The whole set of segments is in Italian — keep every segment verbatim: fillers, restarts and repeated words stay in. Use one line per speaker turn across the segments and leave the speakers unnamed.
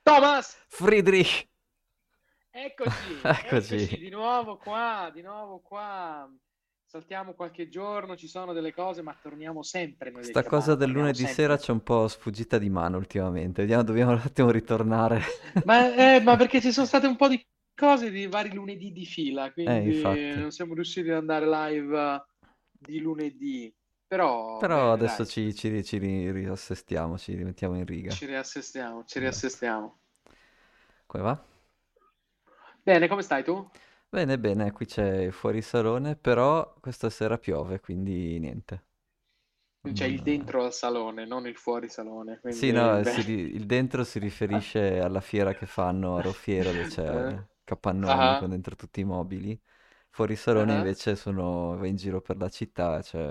Thomas,
Friedrich,
eccoci, eccoci
eccoci.
di nuovo qua, di nuovo qua. Saltiamo qualche giorno, ci sono delle cose, ma torniamo sempre noi del
Questa cosa
Cabana,
del
torniamo
lunedì sera
sempre.
c'è un po' sfuggita di mano ultimamente. Vediamo, dobbiamo un attimo ritornare.
Ma, eh, ma perché ci sono state un po' di cose di vari lunedì di fila,
Eh,
quindi
infatti.
non siamo riusciti ad andare live eh, di lunedì. Però
Però
bene,
adesso
dai,
ci, ci, ri- ci ri- riassestiamo, ci rimettiamo in riga.
ci riassestiamo, ci
Esatto.
riassestiamo.
Come va?
Bene, come stai tu?
Bene, bene, qui c'è il fuorisalone, però questa sera piove, quindi niente.
C'è il
Non-
dentro al salone, non il fuori salone,
Sì,
quindi
no, si
bene.
ri- il dentro si riferisce alla fiera che fanno a Rofiero, dove c'è
Eh?
capannoni con
Ah,
dentro tutti i mobili. Fuori salone
ah.
invece sono, vai in giro per la città, c'è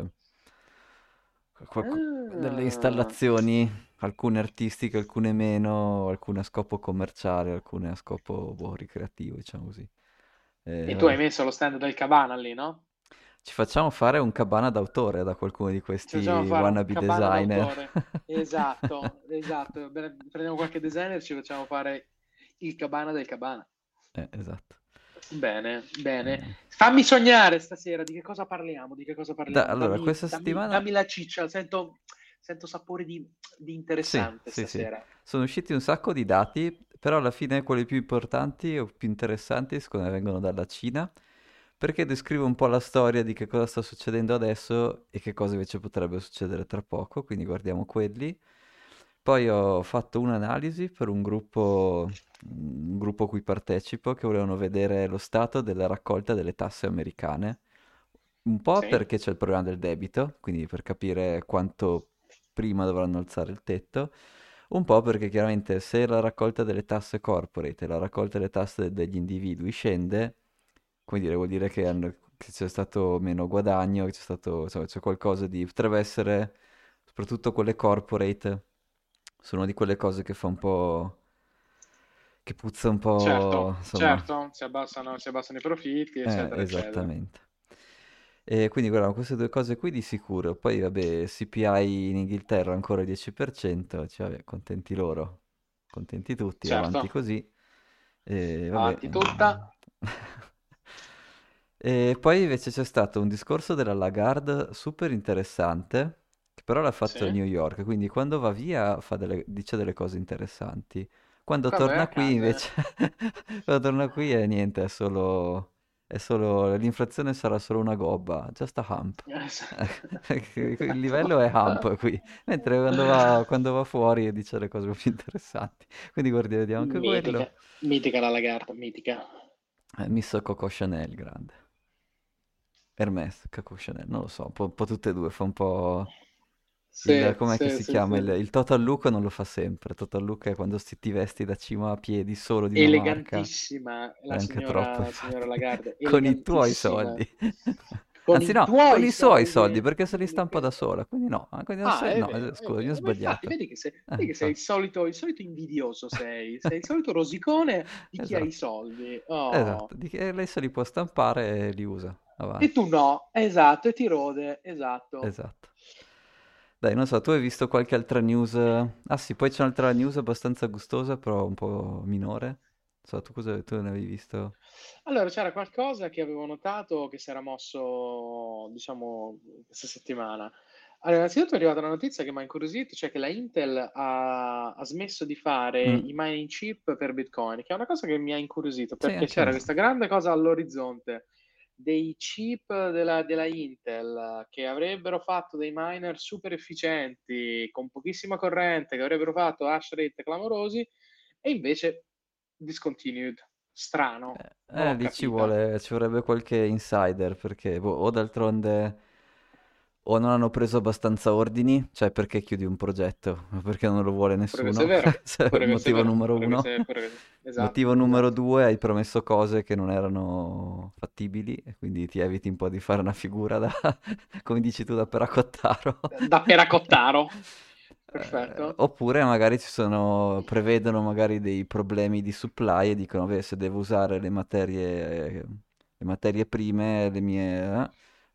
qualco- delle
Ah.
installazioni, alcune artistiche, alcune meno, alcune a scopo commerciale, alcune a scopo boh, ricreativo, diciamo così.
E
E
tu hai
vabbè.
messo lo stand del Cabana lì, no?
Ci facciamo fare un cabana d'autore da qualcuno di
Ci facciamo
questi
fare un
wannabe
Cabana
designer.
d'autore. Esatto, esatto. Bene, prendiamo qualche designer e ci facciamo fare il Cabana del Cabana.
Eh, esatto.
Bene, bene.
Eh.
Fammi sognare stasera di che cosa parliamo, di che cosa
Da-
parliamo.
allora,
Dammi,
questa
dammi,
settimana
dammi la ciccia, sento, sento sapore di, di
sì,
interessante
sì, sì.
stasera.
Sono usciti un sacco di dati, però alla fine quelli più importanti o più interessanti secondo me vengono dalla Cina, perché descrive un po' la storia di che cosa sta succedendo adesso e che cosa invece potrebbe succedere tra poco, quindi guardiamo quelli. Poi ho fatto un'analisi per un gruppo, un gruppo a cui partecipo che volevano vedere lo stato della raccolta delle tasse americane. Un po'
Sì?
perché c'è il problema del debito, quindi per capire quanto prima dovranno alzare il tetto, un po' perché chiaramente se la raccolta delle tasse corporate e la raccolta delle tasse degli individui scende, come dire, vuol dire che, hanno- che c'è stato meno guadagno, che c'è stato, insomma, c'è qualcosa di... potrebbe essere, soprattutto quelle corporate, sono di quelle cose che fa un po'... che puzza un po',
Certo,
insomma,
certo, si abbassano, si abbassano i profitti,
eh,
eccetera, eccetera.
esattamente. E quindi guarda, queste due cose qui di sicuro. Poi vabbè, C P I in Inghilterra ancora il dieci per cento, cioè vabbè, contenti loro, contenti tutti, avanti
Certo,
così. E vabbè.
avanti tutta.
E poi invece c'è stato un discorso della Lagarde super interessante, che però l'ha fatto a
Sì.
New York, quindi quando va via fa delle- dice delle cose interessanti. Quando
Quando è
torna
a
qui
casa?
invece, quando torna qui è niente, è solo, è solo, l'inflazione sarà solo una gobba, just a hump. Il livello è hump qui, mentre quando va, quando va fuori dice le cose più interessanti. Quindi guardi, vediamo anche quello.
Mitica, mitica la Lagarde, mitica.
Eh, Miss Coco Chanel, grande. Hermès, Coco Chanel, non lo so, un po', un po' tutte e due, fa un po'... Il,
Sì,
com'è che
sì,
si
sì,
chiama? Il,
sì.
il Total Look non lo fa sempre. Total Look è quando sti- ti vesti da cima a piedi solo di una marca.
Elegantissima
È
la
anche
signora,
troppo,
la signora
infatti.
Lagarde,
Con i tuoi
elegantissima.
soldi.
Con
Anzi
i
no, con
tuoi
i suoi soldi,
soldi.
perché se li stampa da
Mica-
sola. Quindi no, ah, quindi non
Ah,
se-
è
no, eh,
vero, è
scusa, io ho
vero. Ma infatti,
sbagliato.
vedi che sei,
Eh,
vedi che sei il
infatti.
solito, il solito invidioso, sei. Sei il solito rosicone di chi ha i
Esatto,
soldi. Oh.
esatto. Di che lei se li può stampare e li usa.
E
Avanti.
tu no, esatto, e ti rode, esatto.
Esatto. Dai, non so, tu hai visto qualche altra news? Ah sì, poi c'è un'altra news abbastanza gustosa, però un po' minore. Non so, tu cosa tu ne avevi visto?
Allora, c'era qualcosa che avevo notato che si era mosso, diciamo, questa settimana. Allora, innanzitutto è arrivata una notizia che mi ha incuriosito, cioè che la Intel ha, ha smesso di fare
Mm,
i mining chip per Bitcoin, che è una cosa che mi ha incuriosito,
sì,
perché
anche a
c'era
me.
questa grande cosa all'orizzonte dei chip della, della Intel che avrebbero fatto dei miner super efficienti, con pochissima corrente, che avrebbero fatto hash rate clamorosi, e invece discontinued. Strano, non
Eh,
l'ho
lì ci
capita.
vuole, ci vorrebbe qualche insider, perché boh, o d'altronde o non hanno preso abbastanza ordini, cioè perché chiudi un progetto? Perché non lo vuole
Pure questo è
nessuno?
vero,
Cioè,
pure questo è
motivo
vero,
numero
pure questo
uno.
è, pure questo-
Motivo
Esatto,
numero
esatto.
due, hai promesso cose che non erano fattibili e quindi ti eviti un po' di fare una figura da, come dici tu, da peracottaro.
Da Peracottaro.
Eh,
Perfetto.
oppure magari ci sono, prevedono magari dei problemi di supply e dicono, beh, se devo usare le materie, le materie prime, le mie, eh,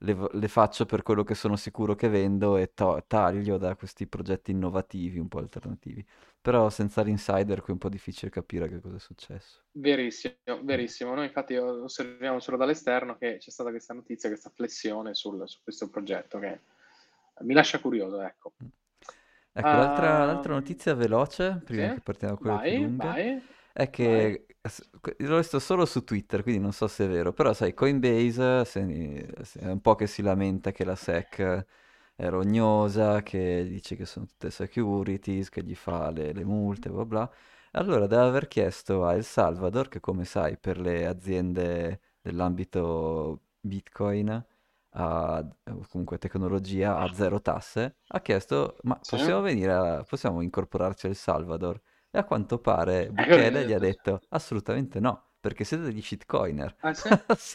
le, v- le faccio per quello che sono sicuro che vendo e to- taglio da questi progetti innovativi, un po' alternativi. Però senza l'insider qui è un po' difficile capire che cosa è successo.
Verissimo,
Mm.
verissimo. Noi infatti osserviamo solo dall'esterno che c'è stata questa notizia, questa flessione sul- su questo progetto che mi lascia curioso, ecco.
Mm. Ecco, l'altra l'altra
Ehm,
notizia veloce, prima
sì,
che partiamo a quelle più
vai,
lunghe,
vai,
è
vai.
che s- que- l'ho visto solo su Twitter, quindi non so se è vero, però sai, Coinbase se- se- è un po' che si lamenta che la S E C è rognosa, che dice che sono tutte securities, che gli fa le, le multe, bla bla. Allora, deve aver chiesto a El Salvador, che come sai, per le aziende dell'ambito Bitcoin a, o comunque tecnologia a zero tasse, ha chiesto, ma
Sì.
possiamo venire a, possiamo incorporarci a El Salvador? E a quanto pare
Ecco,
Bukele gli ha
eh,
detto assolutamente no, perché siete degli shitcoiner.
ah, sì?
Sì.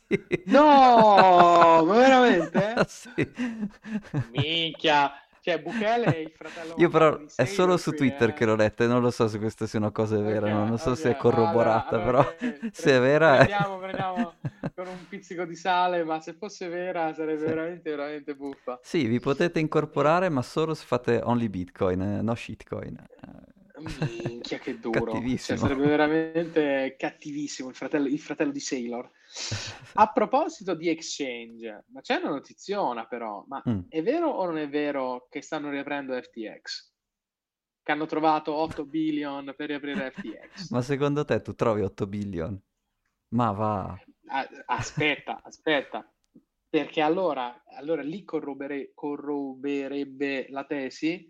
No, ma veramente?
Sì.
Minchia, cioè Bukele è il fratello
Io
maggiore
però
di
è solo
Sailor
su
qui,
Twitter che
eh.
l'ho letta e non lo so se queste siano cose
Ok,
vere, no? Non so
ok.
se è
Allora,
corroborata,
allora
però
ok,
se è
pre-
vera è...
prendiamo, prendiamo con un pizzico di sale, ma se fosse vera sarebbe
Sì.
veramente, veramente buffa.
Sì, vi potete
E,
incorporare, ma solo se fate only Bitcoin, eh, no shitcoin. Eh,
minchia, che duro. Cioè,
Cattivissimo.
sarebbe veramente cattivissimo il fratello, il fratello di Sailor. A proposito di exchange, ma c'è una notiziona però, ma
Mm.
è vero o non è vero che stanno riaprendo F T X? Che hanno trovato otto billion per riaprire F T X?
Ma secondo te tu trovi otto billion? Ma va.
Ah, aspetta, aspetta, perché allora, allora lì corrobere- corroberebbe la tesi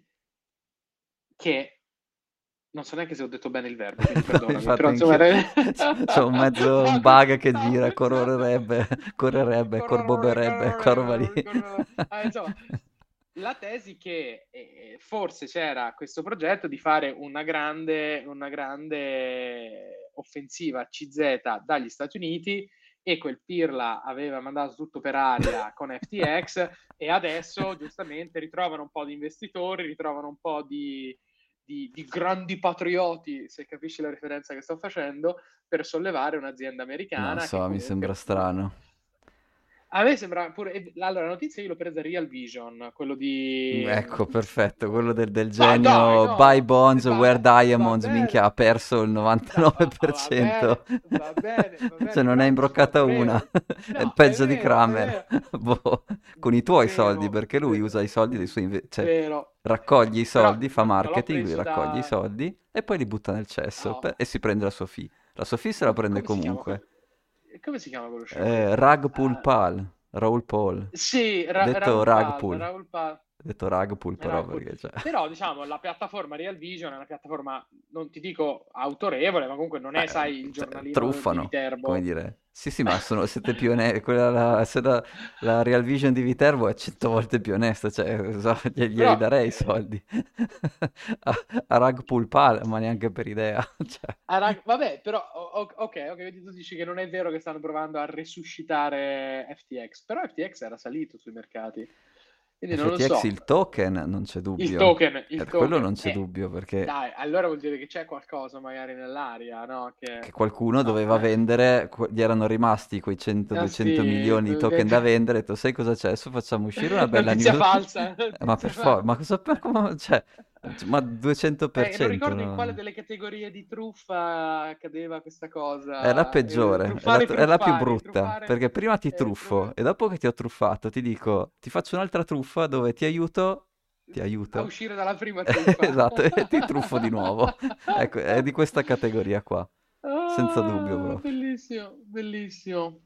che non so neanche se ho detto bene il verbo, quindi
No,
perdonami, però
infatti
insomma
anch'io.
era-
C'è un mezzo, un
no,
bug che
stavo
gira,
pensando
correrebbe, correrebbe,
corrore-
corboberebbe, quella roba lì.
corrore- corrore- ah, insomma, la tesi che eh, forse c'era questo progetto di fare una grande, una grande offensiva C Z dagli Stati Uniti e quel Pirla aveva mandato tutto per aria con F T X e adesso giustamente ritrovano un po' di investitori, ritrovano un po' di, di, di grandi patrioti, se capisci la referenza che sto facendo, per sollevare un'azienda
Non
americana che
so, mi sembra
comunque...
strano.
A me sembra pure... e- Allora, la notizia io l'ho presa da Real Vision, quello
Mm,
di...
ecco, perfetto, quello del, del
Ma dai,
genio buy
no!
bonds, wear
Va, va
diamonds, minchia,
bene!
ha perso il
Da- va, va
novantanove per cento.
bene, va bene, va
Cioè,
bene,
non è
però sono
imbroccata una.
autorevoli.
È
No, è
peggio di
vero, è
Kramer.
vero.
Boh, con i tuoi soldi,
Vero,
perché lui usa i
vero,
soldi dei suoi... inve- cioè,
vero.
raccoglie i
Però
soldi, fa
non, non l'ho
marketing, lui
preso
raccoglie i
da...
soldi e poi li butta nel cesso
Oh,
per- e si prende la sua fee. La sua fee se la prende
come si chiama?
comunque.
Que- Come si chiama quello
Eh,
sciocco?
Rug Pull
Ah,
Pal, Raoul Paul.
sì, Ra-
Detto
Raoul
Rug
Pal,
Pull.
Raoul Pal.
Detto Rug Pull però
Raoul Pal.
perché cioè...
Però, diciamo, la piattaforma Real Vision è una piattaforma, non ti dico autorevole, ma comunque non è,
Beh,
sai, il
cioè,
giornalino di
truffano, come
Viterbo.
dire. Sì, sì, ma sono, siete più onesti. Quella, la, se la, la Real Vision di Viterbo è cento volte più onesta, cioè, so, gli- glieli
Però,
darei i
eh,
soldi. A, a Rug Pull Pal, ma neanche per idea. Cioè,
ah, rag- vabbè, però, o- o- ok, ok, quindi tu dici che non è vero che stanno provando a resuscitare F T X, però F T X era salito sui mercati, quindi non lo
F T X
so.
il token, non c'è
Il
dubbio.
token,
E
il
per quello
token,
non c'è
eh,
dubbio, perché
dai, allora vuol dire che c'è qualcosa magari nell'aria, no?
che
Che,
qualcuno
no,
doveva
eh,
vendere, que- gli erano rimasti quei cento
ah
duecento
sì,
milioni di token da vendere, e ha detto, sai cosa c'è? Adesso facciamo uscire una bella
notizia
news.
falsa,
Eh, ma
notizia
per forza, ma
falsa.
cosa, ma come- cioè, ma
Eh, non
duecento per cento,
ricordo in quale
no?
delle categorie di truffa cadeva questa
È la
cosa. Eh,
peggiore, è la,
truffare,
è la più
truffare,
brutta,
truffare,
perché prima ti
eh,
truffo
truffare.
e dopo che ti ho truffato ti dico, ti faccio un'altra truffa dove ti aiuto, ti
A
aiuto,
uscire dalla prima truffa.
esatto, e ti truffo di nuovo. Ecco, è di questa categoria qua, senza dubbio
Ah,
proprio.
bellissimo, bellissimo.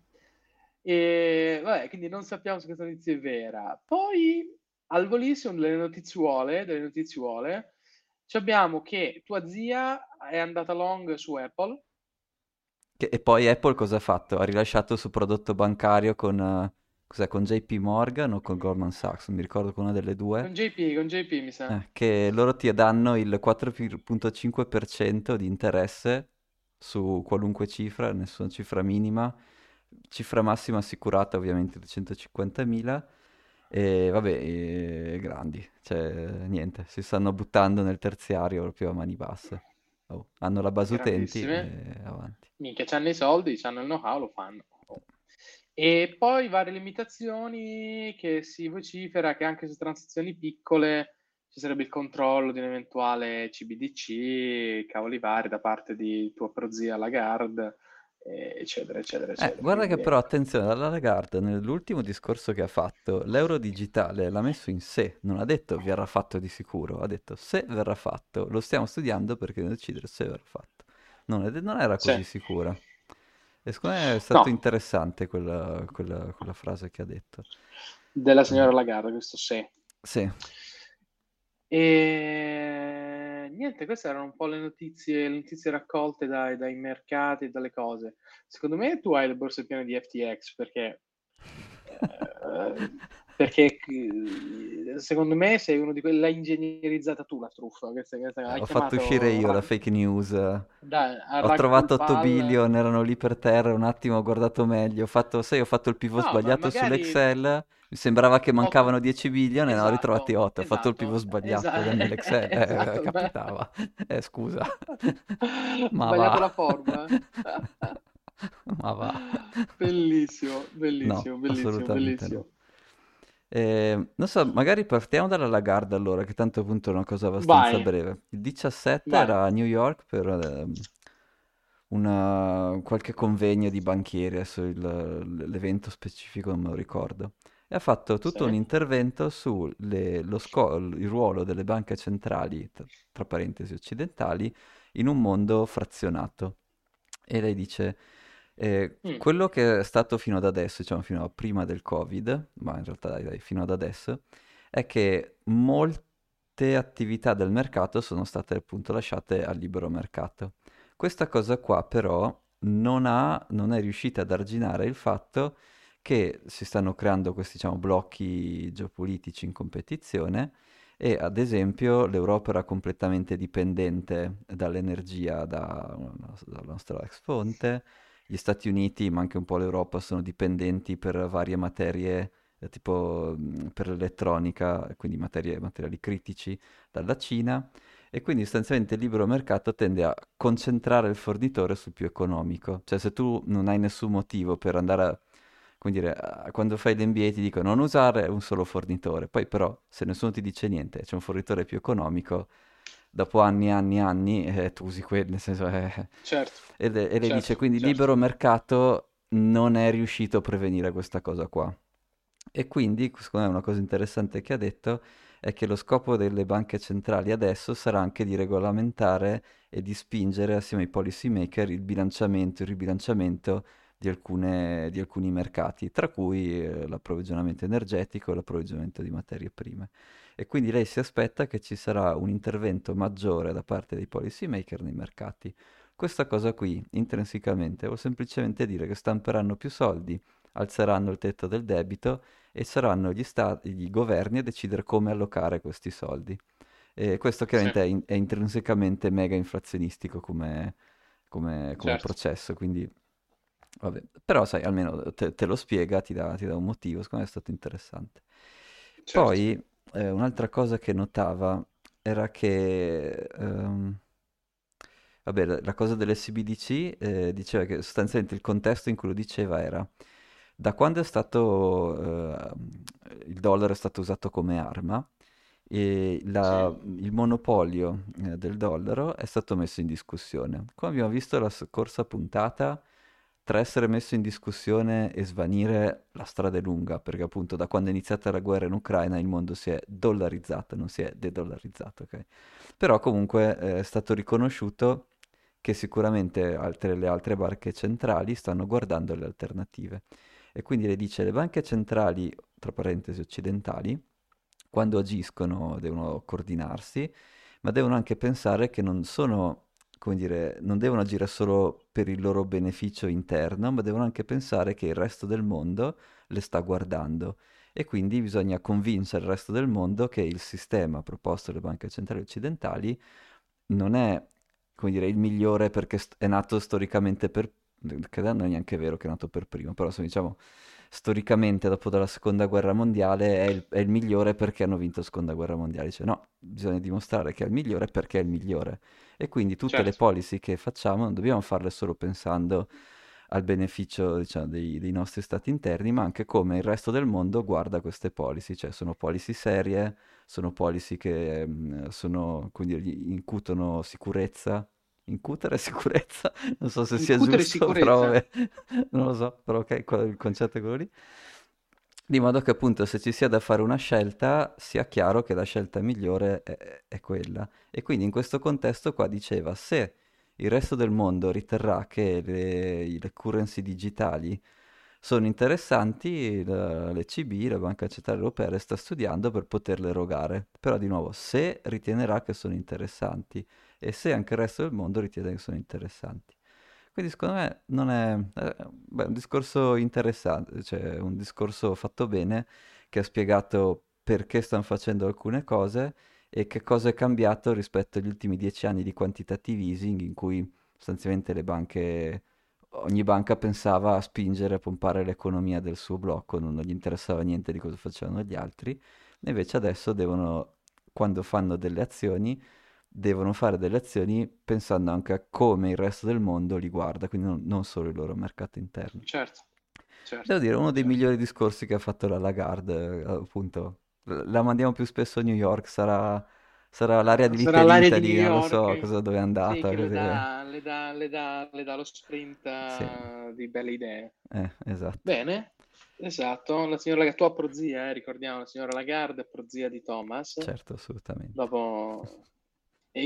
E vabbè, quindi non sappiamo se questa notizia è vera. Poi al volissimo delle notizuole, delle notizuole, ci abbiamo che tua zia è andata long su Apple.
Che- e poi Apple cosa ha fatto? Ha rilasciato il suo prodotto bancario con, eh, cos'è, con J P Morgan o con Goldman Sachs, non mi ricordo con una delle due,
Con J P, con J P mi sa.
eh, che loro ti danno il quattro virgola cinque per cento di interesse su qualunque cifra, nessuna cifra minima, cifra massima assicurata ovviamente duecentocinquantamila, e vabbè, e grandi, cioè niente, si stanno buttando nel terziario proprio a mani basse. Oh, hanno la base utenti
Grandissime.
e avanti.
Minchia, c'hanno i soldi, c'hanno il know-how, lo fanno. Oh. E poi varie limitazioni che si vocifera che anche su transazioni piccole ci sarebbe il controllo di un eventuale C B D C, cavoli vari da parte di tua prozia Lagarde, eh, eccetera, eccetera,
Eh,
eccetera.
guarda che
Quindi
però
ecco.
attenzione, la Lagarde nell'ultimo discorso che ha fatto, l'euro digitale l'ha messo in sé, non ha detto verrà fatto di sicuro, ha detto se verrà fatto, lo stiamo studiando perché dobbiamo decidere se verrà fatto. Non, è- non era
Sì.
così sicura. E secondo me è stato
No,
interessante quella, quella- quella frase che ha detto.
della
Eh,
signora Lagarde, questo sì.
sì.
E niente, queste erano un po' le notizie, le notizie raccolte dai, dai mercati e dalle cose. Secondo me tu hai le borse piene di F T X perché, eh, perché eh, secondo me sei uno di quelli, l'hai ingegnerizzata tu la truffa, questa, questa-
Eh,
hai
Ho fatto uscire
chiamato
io la
Ra-
fake news. eh.
dai, a
Ho
Rug Pull
trovato otto
Pal.
billion, erano lì per terra, un attimo ho guardato meglio. Ho fatto, sai, ho fatto il pivot
No, ma
sbagliato
magari
sull'Excel. Mi sembrava che
otto.
mancavano dieci billion e ne ho ritrovati
Esatto,
otto. Ho fatto il pivot
esatto,
sbagliato
esa-
nell'Excel. Eh,
esatto.
capitava. Eh, scusa. Ma va.
Sbagliato la formula.
Ma va.
Bellissimo,
No,
bellissimo, bellissimo,
assolutamente no.
bellissimo.
Eh, non so, magari partiamo dalla Lagarde allora, che tanto appunto è una cosa abbastanza
Vai,
breve. Il diciassette
vai.
era a New York per ehm, una- qualche convegno di banchieri, adesso il- l'evento specifico non me lo ricordo. E ha fatto tutto un
Sì.
intervento sul il ruolo delle banche centrali, tra, tra parentesi occidentali, in un mondo frazionato. E lei dice, eh,
Mm,
quello che è stato fino ad adesso, diciamo fino a prima del Covid, ma in realtà dai, dai, fino ad adesso, è che molte attività del mercato sono state appunto lasciate al libero mercato. Questa cosa qua però non ha, non è riuscita ad arginare il fatto che si stanno creando questi, diciamo, blocchi geopolitici in competizione e ad esempio l'Europa era completamente dipendente dall'energia da una- dalla nostra ex fonte, gli Stati Uniti, ma anche un po' l'Europa, sono dipendenti per varie materie, eh, tipo mh, per l'elettronica, quindi materie- materiali critici, dalla Cina. E quindi sostanzialmente il libero mercato tende a concentrare il fornitore sul più economico. Cioè se tu non hai nessun motivo per andare a, come dire, a- quando fai l'M B A ti dicono non usare un solo fornitore, poi però se nessuno ti dice niente, c'è un fornitore più economico, dopo anni e anni e anni eh, tu usi quello, nel senso eh,
certo,
e, le- e lei dice
certo,
quindi il
certo.
libero mercato non è riuscito a prevenire questa cosa qua. E quindi, secondo me, una cosa interessante che ha detto è che lo scopo delle banche centrali adesso sarà anche di regolamentare e di spingere assieme ai policy maker il bilanciamento, il ribilanciamento di, alcune- di alcuni mercati, tra cui eh, l'approvvigionamento energetico e l'approvvigionamento di materie prime. E quindi lei si aspetta che ci sarà un intervento maggiore da parte dei policy maker nei mercati. Questa cosa qui, intrinsecamente, vuol semplicemente dire che stamperanno più soldi, alzeranno il tetto del debito e saranno gli stati, i governi a decidere come allocare questi soldi. E questo
Sì,
chiaramente è, in- è intrinsecamente mega inflazionistico come, come- come
certo,
processo, quindi vabbè. Però sai, almeno te, te lo spiega, ti dà, ti dà un motivo, secondo me è stato interessante.
certo.
Poi eh, un'altra cosa che notava era che, ehm, vabbè, la, la cosa dell'S B D C eh, diceva che sostanzialmente il contesto in cui lo diceva era da quando è stato, eh, il dollaro è stato usato come arma, e la-
Sì,
il monopolio eh, del dollaro è stato messo in discussione. Come abbiamo visto la scorsa puntata, tra essere messo in discussione e svanire la strada è lunga, perché appunto da quando è iniziata la guerra in Ucraina il mondo si è dollarizzato, non si è de-dollarizzato, ok? Però comunque eh, è stato riconosciuto che sicuramente altre- le altre banche centrali stanno guardando le alternative. E quindi le dice le banche centrali, tra parentesi occidentali, quando agiscono devono coordinarsi, ma devono anche pensare che non sono, come dire, non devono agire solo per il loro beneficio interno, ma devono anche pensare che il resto del mondo le sta guardando. E quindi bisogna convincere il resto del mondo che il sistema proposto dalle banche centrali occidentali non è, come dire, il migliore perché st- è nato storicamente per... che non è neanche vero che è nato per primo, però se diciamo storicamente dopo la seconda guerra mondiale è il, è il migliore perché hanno vinto la seconda guerra mondiale. Dice no, bisogna dimostrare che è il migliore perché è il migliore. E quindi tutte le
certo.
policy che facciamo non dobbiamo farle solo pensando al beneficio, diciamo, dei, dei nostri stati interni, ma anche come il resto del mondo guarda queste policy, cioè sono policy serie, sono policy che mm, sono, come dire, gli incutono sicurezza. Incutere sicurezza? Non so se sia
Incutere
giusto, però
sicurezza.
vabbè, non lo so, però ok, quello- il concetto è quello lì. Di modo che appunto se ci sia da fare una scelta, sia chiaro che la scelta migliore è, è quella. E quindi in questo contesto qua diceva, se il resto del mondo riterrà che le, le currency digitali sono interessanti, la- l'E C B, la Banca Centrale Europea, le sta studiando per poterle erogare. Però di nuovo, se ritenerà che sono interessanti e se anche il resto del mondo ritiene che sono interessanti. Quindi secondo me non è, è beh, un discorso interessante, cioè un discorso fatto bene che ha spiegato perché stanno facendo alcune cose e che cosa è cambiato rispetto agli ultimi dieci anni di quantitative easing in cui sostanzialmente le banche, ogni banca pensava a spingere, a pompare l'economia del suo blocco, non gli interessava niente di cosa facevano gli altri, e invece adesso devono, quando fanno delle azioni, devono fare delle azioni pensando anche a come il resto del mondo li guarda, quindi non, non solo il loro mercato interno.
Certo,
Devo
certo,
dire, uno dei
certo.
migliori discorsi che ha fatto la Lagarde, eh, appunto, l- la mandiamo più spesso a New York, sarà, sarà l'area di
Sarà
Little
l'area di
Italy,
New
non lo so
York,
cosa, dove è
sì,
andata,
che le
così.
dà, le dà, le dà, le dà lo sprint
Sì,
eh, di belle idee.
eh, esatto,
Bene, esatto. La signora, la tua prozia, eh, ricordiamo, la signora Lagarde, è prozia di Thomas.
certo, assolutamente.
Dopo... e-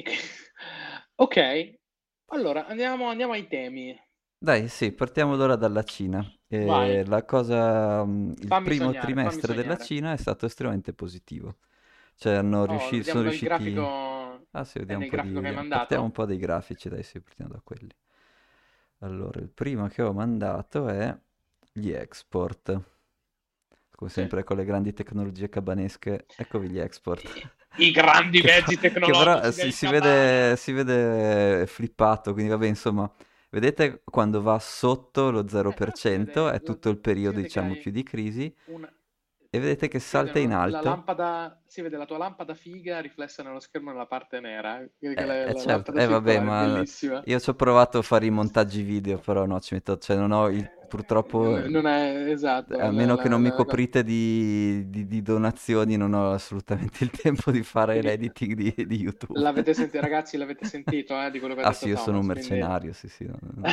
Ok, allora andiamo, andiamo ai temi.
Dai, sì, partiamo allora dalla Cina.
Vai,
Eh, la cosa, mm, il
fammi
primo
sognare, fammi
trimestre della
sognare.
Cina è stato estremamente positivo. Cioè hanno
Oh,
riuscito,
vediamo
sono
dal
riusciti...
grafico,
Ah sì,
è
vediamo un
nel
po'
grafico
di...
che hai
vediamo- partiamo un
mandato?
po' dai grafici, dai, sì, partiamo da quelli. Allora, il primo che ho mandato è gli export. Come
Sì.
sempre con le grandi tecnologie cabanesche, eccovi gli export.
I, i grandi
Che, fa-
mezzi
che però eh,
tecnologici
si,
del
si vede,
Cabana.
si vede flippato, quindi vabbè, insomma, vedete quando va sotto lo
Eh, però si
zero per cento
vede,
è
la-
tutto il
si
periodo,
vede che
diciamo,
hai
più di crisi,
una...
e vedete che
Si vede
salta in
una- la
alto.
lampada, si vede la tua lampada figa riflessa nello schermo nella parte nera. Vedi che
Eh,
la,
eh,
la
certo,
lampada
eh vabbè,
circolare è
ma
bellissima.
io ci ho provato a fare i montaggi video, però no, ci metto, cioè non ho il, purtroppo,
Eh, Non è esatto,
a
la,
meno che
la-
non mi
la- la cosa.
coprite di, di- di donazioni, non ho assolutamente il tempo di fare
Quindi
l'editing di, di YouTube.
l'avete sentito, ragazzi, l'avete sentito eh, di quello che ha
Ah sì,
detto
io sono un
Thomas, quindi...
mercenario, sì sì. no, no, no.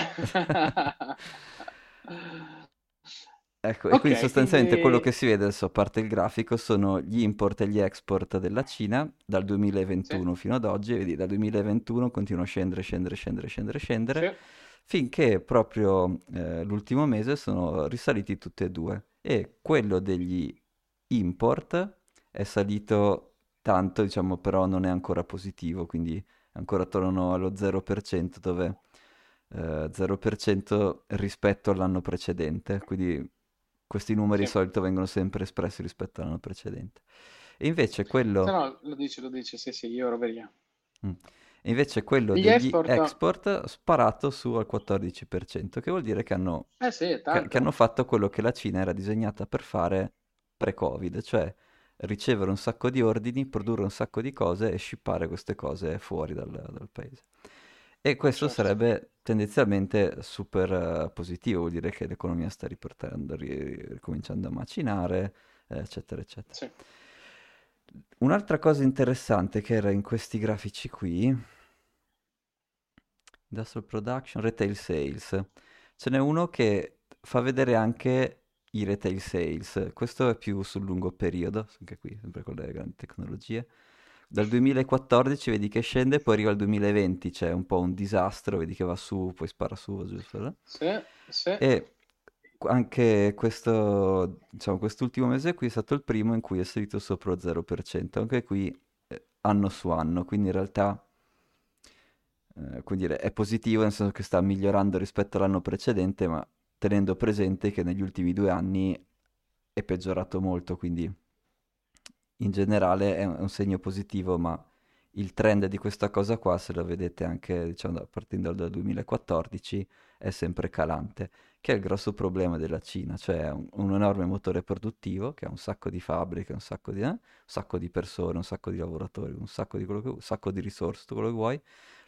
Ecco, e quindi
Ok,
sostanzialmente quello che
quindi...
si vede adesso, a parte il grafico, sono gli import e gli export della Cina dal
Sì,
duemilaventuno fino ad oggi, e vedi, dal duemilaventuno continua a scendere, scendere, scendere, scendere, scendere,
sì,
finché proprio eh, l'ultimo mese sono risaliti tutti e due. E quello degli import è salito tanto, diciamo, però non è ancora positivo, quindi è ancora attorno allo zero per cento, dove eh, zero per cento rispetto all'anno precedente, quindi questi numeri di
sì.
solito vengono sempre espressi rispetto all'anno precedente. E invece
Se
quello,
no, lo dice, lo dice, sì, sì, io ero via.
mm, e invece quello
Gli
degli
export...
export sparato su al quattordici per cento, che vuol dire che hanno,
Eh sì, è
che, che hanno
tanto.
fatto quello che la Cina era disegnata per fare pre-Covid, cioè ricevere un sacco di ordini, produrre un sacco di cose e shippare queste cose fuori dal, dal paese. E questo
Certo.
sarebbe tendenzialmente super eh, positivo, vuol dire che l'economia sta riportando, ri- ricominciando a macinare, eh, eccetera, eccetera.
Sì.
Un'altra cosa interessante che era in questi grafici qui, Industrial Production, Retail Sales, ce n'è uno che fa vedere anche i retail sales, questo è più sul lungo periodo, anche qui, sempre con le grandi tecnologie. Dal duemilaquattordici vedi che scende, poi arriva il duemilaventi, c'è un po' un disastro, vedi che va su, poi spara su, va giù, spara-
Sì, sì.
e qu- anche questo, diciamo, quest'ultimo mese qui è stato il primo in cui è salito sopra lo zero per cento, anche qui eh, anno su anno, quindi in realtà eh, quindi dire, è positivo nel senso che sta migliorando rispetto all'anno precedente, ma tenendo presente che negli ultimi due anni è peggiorato molto, quindi in generale è un, è un segno positivo, ma il trend di questa cosa qua, se lo vedete anche diciamo, da- partendo dal duemilaquattordici, è sempre calante, che è il grosso problema della Cina, cioè un, un enorme motore produttivo che ha un sacco di fabbriche, un sacco di, eh, un sacco di persone, un sacco di lavoratori, un sacco di, quello che, un sacco di risorse, tutto quello che vuoi,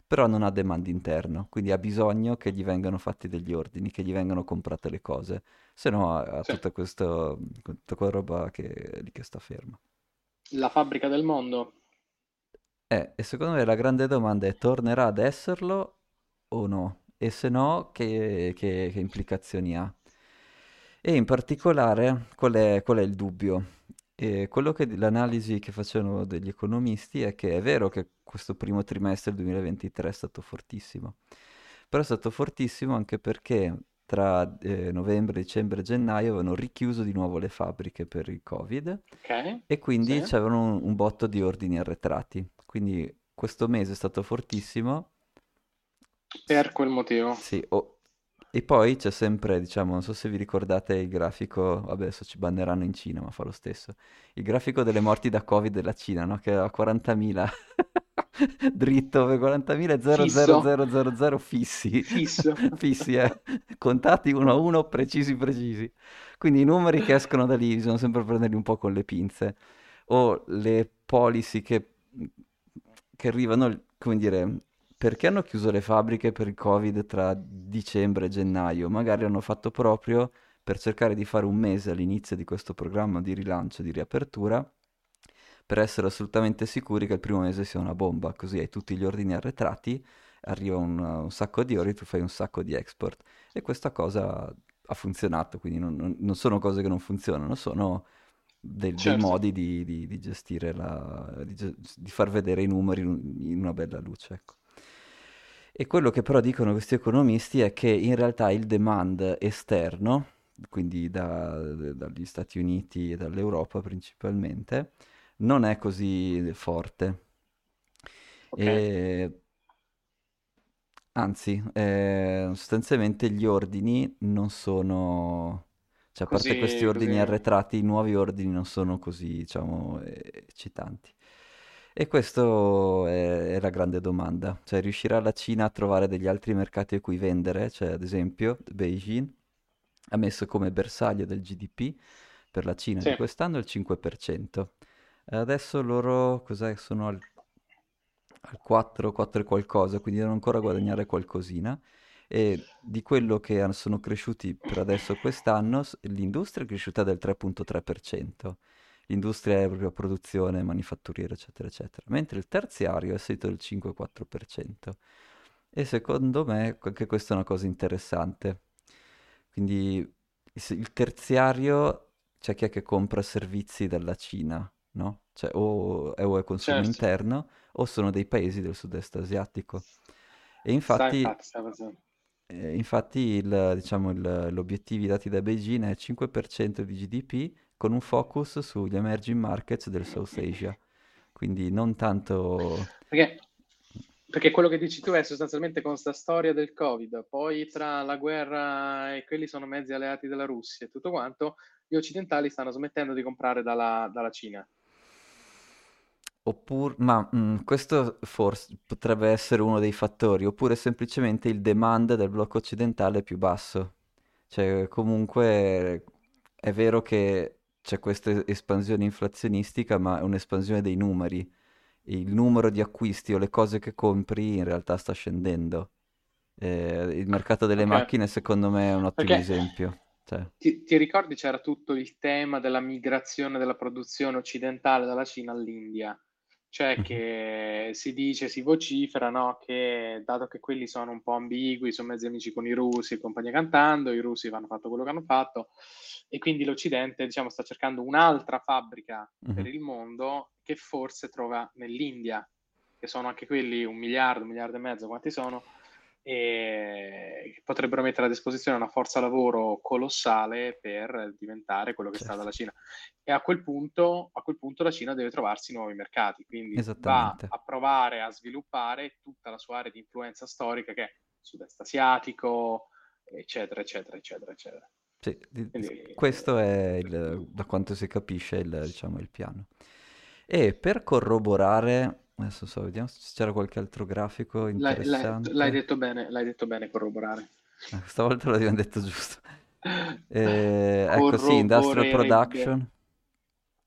però non ha demand interno, quindi ha bisogno che gli vengano fatti degli ordini, che gli vengano comprate le cose, se no ha, ha
Sì.
tutta questa, tutta quella roba che, lì che sta ferma.
La fabbrica del mondo.
Eh, e secondo me la grande domanda è: tornerà ad esserlo o no? E se no, che, che- che implicazioni ha? E in particolare, qual è, qual è il dubbio? E quello che l'analisi che facevano degli economisti è che è vero che questo primo trimestre del duemilaventitré è stato fortissimo, però è stato fortissimo anche perché tra eh, novembre, dicembre e gennaio avevano richiuso di nuovo le fabbriche per il Covid
Ok,
e quindi
sì,
c'erano un, un botto di ordini arretrati. Quindi questo mese è stato fortissimo. S-
per quel motivo.
Sì, o- e poi c'è sempre, diciamo, non so se vi ricordate il grafico, vabbè adesso ci banneranno in Cina, ma fa lo stesso, il grafico delle morti da Covid della Cina, no? Che aveva quarantamila dritto, per quarantamila e
Fisso,
zero virgola zero zero zero fissi,
fisso.
fissi, eh, contati uno a uno, precisi precisi. Quindi i numeri che escono da lì bisogna sempre prenderli un po' con le pinze o le policy che, che arrivano, come dire, perché hanno chiuso le fabbriche per il Covid tra dicembre e gennaio? Magari hanno fatto proprio per cercare di fare un mese all'inizio di questo programma di rilancio, di riapertura, per essere assolutamente sicuri che il primo mese sia una bomba, così hai tutti gli ordini arretrati, arriva un, un sacco di ordini, tu fai un sacco di export. E questa cosa ha funzionato, quindi non, non- non sono cose che non funzionano, sono del- dei
Certo.
modi di, di- di gestire la, di, ge- di far vedere i numeri in, un- in una bella luce, ecco. E quello che però dicono questi economisti è che in realtà il demand esterno, quindi da- dagli Stati Uniti e dall'Europa principalmente, non è così forte.
Ok,
E anzi, eh, sostanzialmente gli ordini non sono, cioè a parte questi
così,
ordini
così.
arretrati, i nuovi ordini non sono così, diciamo, eh, eccitanti. E questo è, è la grande domanda, cioè riuscirà la Cina a trovare degli altri mercati a cui vendere? Cioè, ad esempio, Beijing ha messo come bersaglio del G D P per la Cina di
Sì,
quest'anno il cinque per cento. Adesso loro, cos'è? Sono al al quattro, quattro e qualcosa, quindi devono ancora guadagnare qualcosina. E di quello che han- sono cresciuti per adesso quest'anno, s- l'industria è cresciuta del tre virgola tre per cento. L'industria è proprio produzione, manifatturiera, eccetera, eccetera. Mentre il terziario è salito del cinque virgola quattro per cento. E secondo me anche questa è una cosa interessante. Quindi il s- il terziario c'è chi è che compra servizi dalla Cina, no? Cioè o è, o è consumo
certo.
interno o sono dei paesi del sud-est asiatico. E
Sta
infatti,
infatti, sta facendo.
eh, infatti il- diciamo, il- gli obiettivi dati da Beijing è cinque per cento di G D P con un focus sugli emerging markets del South Asia. Quindi non tanto...
Perché, perché quello che dici tu è sostanzialmente con sta storia del Covid, poi tra la guerra e quelli sono mezzi alleati della Russia e tutto quanto, gli occidentali stanno smettendo di comprare dalla, dalla Cina.
Oppure, ma mm, questo forse potrebbe essere uno dei fattori, oppure semplicemente il demand del blocco occidentale è più basso. Cioè, comunque è vero che c'è questa espansione inflazionistica, ma è un'espansione dei numeri. Il numero di acquisti o le cose che compri in realtà sta scendendo. Eh, il mercato delle
Ok?
macchine, secondo me, è un ottimo
Perché
esempio. Cioè,
ti, ti ricordi c'era tutto il tema della migrazione della produzione occidentale dalla Cina all'India? Cioè
mhm,
che si dice, si vocifera, no, che dato che quelli sono un po' ambigui, sono mezzi amici con i russi e compagnia cantando, i russi hanno fatto quello che hanno fatto e quindi l'Occidente, diciamo, sta cercando un'altra fabbrica
mhm,
per il mondo che forse trova nell'India, che sono anche quelli un miliardo, un miliardo e mezzo, quanti sono? E potrebbero mettere a disposizione una forza lavoro colossale per diventare quello che sta
certo,
dalla Cina. E a quel punto, a quel punto la Cina deve trovarsi nuovi mercati, quindi va
esattamente.
a provare a sviluppare tutta la sua area di influenza storica che è sud-est asiatico, eccetera, eccetera, eccetera, eccetera.
Sì, di-
Quindi,
questo è
eh,
il, da quanto si capisce il, diciamo, il piano. E per corroborare, adesso so, vediamo se c'era qualche altro grafico
l'hai, l'hai- l'hai
interessante.
detto bene, l'hai detto bene corroborare.
Eh, stavolta l'abbiamo detto giusto. Eh, ecco, sì, industrial
Corroborerebbe.
production.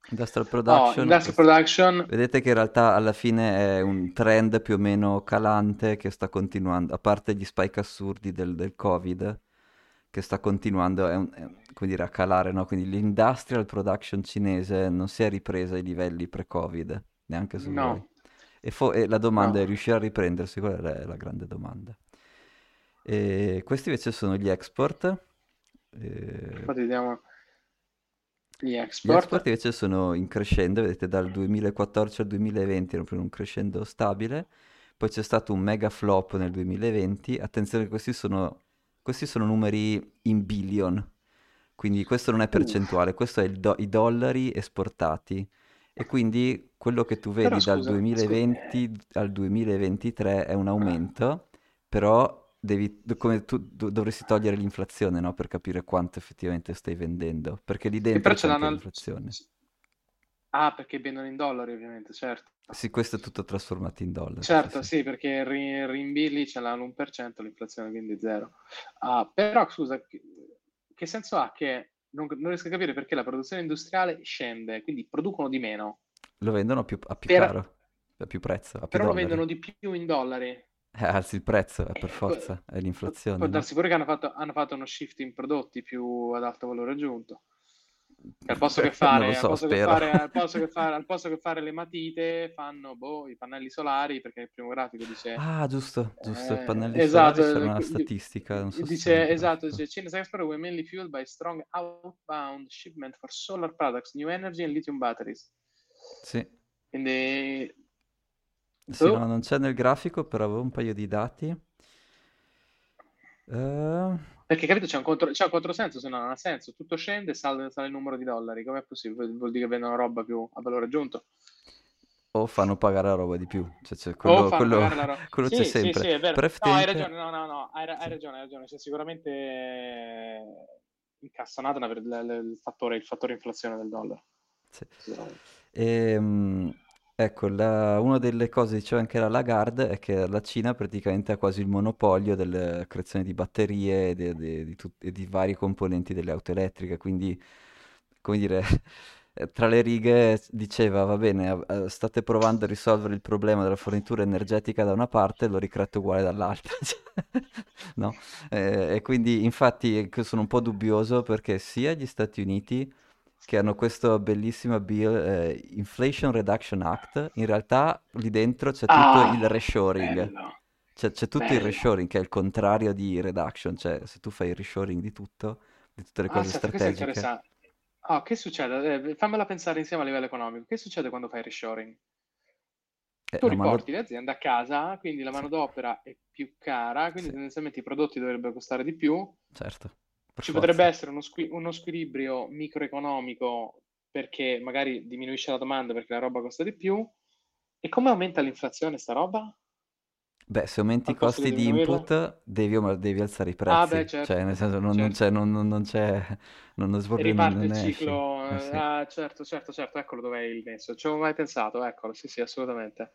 Industrial
Oh,
production,
industrial production,
vedete che in realtà alla fine è un trend più o meno calante che sta continuando, a parte gli spike assurdi del, del Covid, che sta continuando è un- è un- come dire, a calare, no? Quindi l'industrial production cinese non si è ripresa ai livelli pre-Covid, neanche se vuoi.
no,
E, fo- e la domanda
no.
è riuscire a riprendersi, quella è la grande domanda. E questi invece sono gli export. Eh,
Infatti vediamo gli
Gli export
export.
invece sono in crescendo, vedete dal duemilaquattordici al duemilaventi erano proprio un crescendo stabile, poi c'è stato un mega flop nel duemilaventi, attenzione che questi sono, questi sono numeri in billion, quindi questo non è
Uff,
percentuale, questo è il do- i dollari esportati e quindi quello che tu
però
vedi dal
scusa, scusa, eh,
duemilaventi al duemilaventitré è un aumento, però devi, do- come tu do- dovresti togliere l'inflazione, no? Per capire quanto effettivamente stai vendendo, perché lì
che
dentro
però
c'è
ce
anche
l'hanno...
l'inflazione.
Ah, perché vendono in dollari ovviamente, certo.
Sì, questo è tutto trasformato in dollari, sì,
Certo,
sì.
sì, perché il ri- il rinvii ce l'ha l'uno per cento, l'inflazione quindi zero. Ah, però scusa, che, che senso ha che non, non riesco a capire perché la produzione industriale scende, quindi producono di meno,
Lo vendono più- a più
per-
caro, a più prezzo, a più
però lo
dollari.
vendono di più in dollari.
Eh, alzi il prezzo, eh, per
Eh, può,
forza, è
può- può
l'inflazione, no?
darsi pure che hanno fatto, hanno fatto uno shift in prodotti più ad alto valore aggiunto. Che al posto che
Non lo
fare, al
so,
posto che
spero.
fare, al posto che fare, al posto che fare le matite, fanno boh, i pannelli solari, perché nel primo grafico dice,
Ah, giusto, giusto, i
eh,
pannelli solari
esatto,
c'era
eh,
una statistica, non so se c'è nel
dice, esatto,
grafico.
dice, China's export were mainly fueled by strong outbound shipment for solar products, new energy and lithium batteries.
Sì,
Quindi,
sì, no,
boh.
non c'è nel grafico, però avevo un paio di dati. Eh,
Perché capito, c'è un, contro, c'è un controsenso, se no non ha senso. Tutto scende e sale, sale il numero di dollari. Com'è possibile? Vuol dire che vendono roba più a valore aggiunto.
o fanno pagare la roba di più, cioè, cioè,
O
quello,
fanno
quello-
pagare la roba.
quello c'è
Sì, sì,
sempre.
sì, è vero.
Però
No, hai
effettivamente...
ragione, no, no, no, hai, ra- hai
Sì,
ragione, hai ragione. C'è sicuramente eh, incastonata per il, il- il fattore, il fattore inflazione del dollaro.
sì.
Sicuramente.
Ehm, ecco, la- una delle cose diceva anche la Lagarde è che la Cina praticamente ha quasi il monopolio della creazione di batterie e de- de- di, tut- e di vari componenti delle auto elettriche, quindi, come dire, eh, tra le righe diceva, va bene, eh, state provando a risolvere il problema della fornitura energetica da una parte, lo ricretto uguale dall'altra, cioè, no? Eh, e quindi infatti eh, sono un po' dubbioso perché sia gli Stati Uniti che hanno questo bellissimo bill, eh, Inflation Reduction Act, in realtà lì dentro c'è tutto
Ah,
il reshoring,
bello,
c'è, c'è tutto il
bello.
reshoring che è il contrario di reduction, cioè se tu fai il reshoring di tutto, di tutte le
Ah,
cose
aspetta, questo è
strategiche,
interessante. Ah, che succede? Eh, fammela pensare insieme a livello economico. Che succede quando fai reshoring?
eh,
Tu
la mano...
riporti le aziende a casa, quindi la
Sì,
manodopera è più cara, quindi
sì,
tendenzialmente i prodotti dovrebbero costare di più.
certo, per
Ci potrebbe
forza.
essere uno, squi- uno squilibrio microeconomico perché magari diminuisce la domanda perché la roba costa di più. E come aumenta l'inflazione sta roba?
Beh, se aumenti i
Al posto che
costi di
diminuirla?
input, devi, om- devi alzare i
Ah, beh,
prezzi, cioè
certo,
nel senso non, non c'è,
certo.
non, non- non c'è, non, non-
E
proprio non,
riparte
non
il
ne esci.
ciclo.
Eh
eh,
sì.
Ah, certo, certo, certo, eccolo dov'è il nesso. Ci avevo mai pensato, eccolo, sì, sì, assolutamente.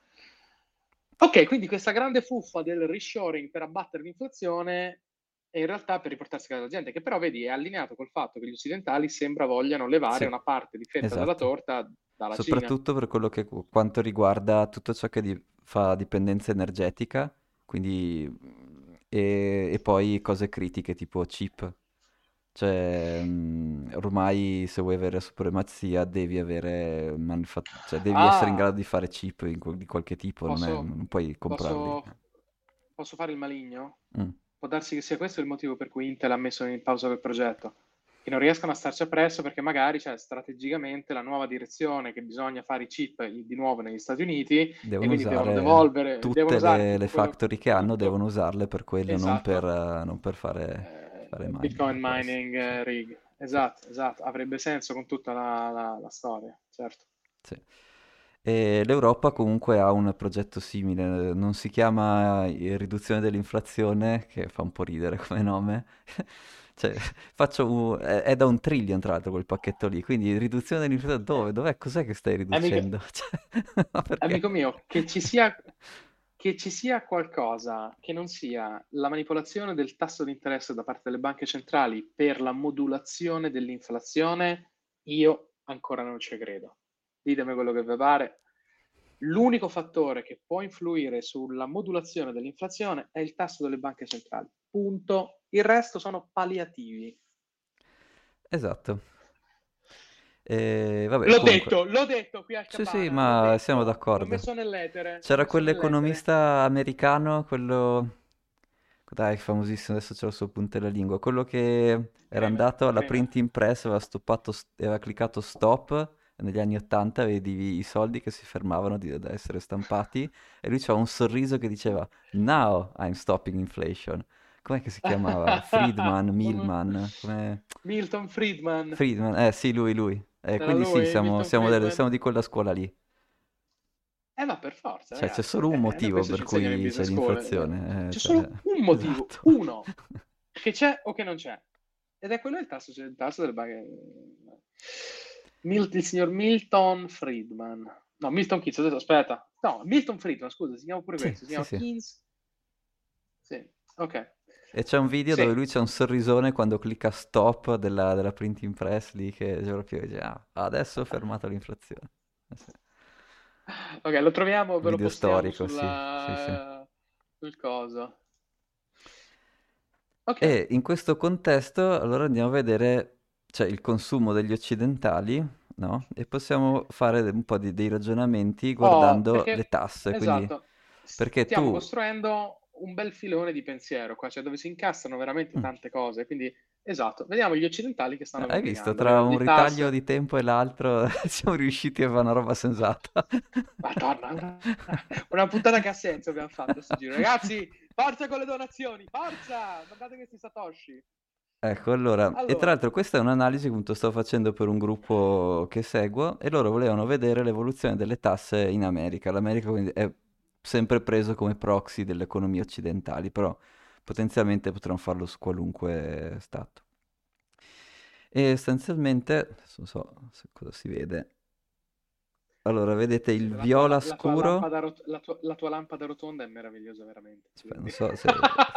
Ok, quindi questa grande fuffa del reshoring per abbattere l'inflazione è in realtà per riportarsi a casa la gente, che però vedi è allineato col fatto che gli occidentali sembra vogliano levare
Sì,
una parte di fetta della
esatto.
torta dalla Cina.
Soprattutto per quello che quanto riguarda tutto ciò che di- fa dipendenza energetica, quindi mm, e, e poi cose critiche tipo chip. Cioè, mm, ormai se vuoi avere supremazia devi avere manufat- cioè devi essere in grado
Ah,
di fare chip in quel- di qualche tipo, non è-
posso,
non puoi comprarli.
posso, posso fare il maligno?
Mm.
Può darsi che sia questo il motivo per cui Intel ha messo in pausa quel progetto. Che non riescono a starci appresso perché magari c'è strategicamente la nuova direzione che bisogna fare i chip di nuovo negli Stati Uniti e
Devono
quindi devono
usare
devolvere, devono
tutte
usare
le, le
tutto quello,
factory che hanno,
tutto,
devono usarle per quello, non per,
esatto,
eh, non per fare, fare
eh,
mining,
Bitcoin
può essere.
mining
Sì,
eh, rig.
sì,
Esatto, esatto, avrebbe senso con tutta la, la- la storia, certo.
sì. E l'Europa comunque ha un progetto simile, non si chiama eh, riduzione dell'inflazione, che fa un po' ridere come nome. Cioè, faccio un- è, è da un trillion tra l'altro quel pacchetto lì, quindi riduzione dell'inflazione
Eh,
dove? Dov'è? Cos'è che stai
amico,
riducendo? Cioè, ma perché?
amico mio, che ci sia, che ci sia qualcosa che non sia la manipolazione del tasso di interesse da parte delle banche centrali per la modulazione dell'inflazione, io ancora non ci credo. ditemi quello che vi pare. L'unico fattore che può influire sulla modulazione dell'inflazione è il tasso delle banche centrali. Punto. Il resto sono palliativi.
Esatto. E vabbè,
L'ho
comunque.
detto, l'ho detto qui al
Sì, sì,
Cabana, l'ho
ma siamo
detto, l'ho
d'accordo.
messo nell'etere, l'ho
C'era
messo nell'etere.
quell'economista americano, quello. Dai, famosissimo, adesso c'è il suo punto della lingua. Quello che era
Kramer,
andato alla
Kramer.
printing press, aveva stoppato, aveva cliccato stop negli anni ottanta, vedi i soldi che si fermavano di, da essere stampati e lui c'aveva un sorriso che diceva Now I'm stopping inflation. Com'è che si chiamava? Friedman, Millman, come.
Milton Friedman.
Friedman, eh sì, lui, lui. Eh,
Era
quindi sì,
lui,
siamo,
Milton
siamo, del-
Friedman.
siamo di quella scuola lì.
Eh, ma per forza,
Cioè, c'è
ragazzi.
solo un
Eh, no,
motivo
questo
per
ci insegnano in
cui c'è
business school. Eh,
l'inflazione. eh,
C'è
cioè,
solo un motivo,
esatto.
uno, che c'è o che non c'è. Ed è quello del tasso, cioè il tasso del banche. Mil- il signor Milton Friedman. No, Milton Keynes, ho detto, aspetta. No, Milton Friedman, scusa, si chiama pure
Sì,
questo, si
sì,
chiama
sì.
Keynes. Sì, ok.
E c'è un video
Sì.
dove lui c'è un sorrisone quando clicca stop della, della printing press lì che proprio dice, ah, adesso ho fermato l'inflazione. Eh sì.
Ok, lo troviamo, ve lo
Video
postiamo
storico, sì, sì, sì.
sulla... sul coso. Ok.
E in questo contesto allora andiamo a vedere, cioè, il consumo degli occidentali, no? E possiamo fare un po' di, dei ragionamenti
Oh,
guardando le
perché,
tasse, quindi
esatto,
perché
stiamo
tu.
costruendo un bel filone di pensiero qua, cioè dove si incastrano veramente
Mm.
tante cose. Quindi, esatto, vediamo gli occidentali che
Eh,
stanno
Hai visto,
vendicando a
tra
livello
un
di
ritaglio
tasse.
di tempo e l'altro siamo riusciti a fare una roba sensata.
Madonna, una, una puntata che ha senso abbiamo fatto sto giro. Ragazzi, forza con le donazioni, forza! Mandate questi Satoshi.
Ecco, allora, e tra
Allora,
l'altro questa è un'analisi che appunto sto facendo per un gruppo che seguo e loro volevano vedere l'evoluzione delle tasse in America. L'America quindi è sempre preso come proxy delle economie occidentali, però potenzialmente potremmo farlo su qualunque stato. E sostanzialmente, adesso non so se cosa si vede. Allora, vedete il
la tua,
viola
la tua
scuro?
lampada, rot- la tua, la tua lampada rotonda è meravigliosa, veramente.
Aspetta, non
Quindi...
so se.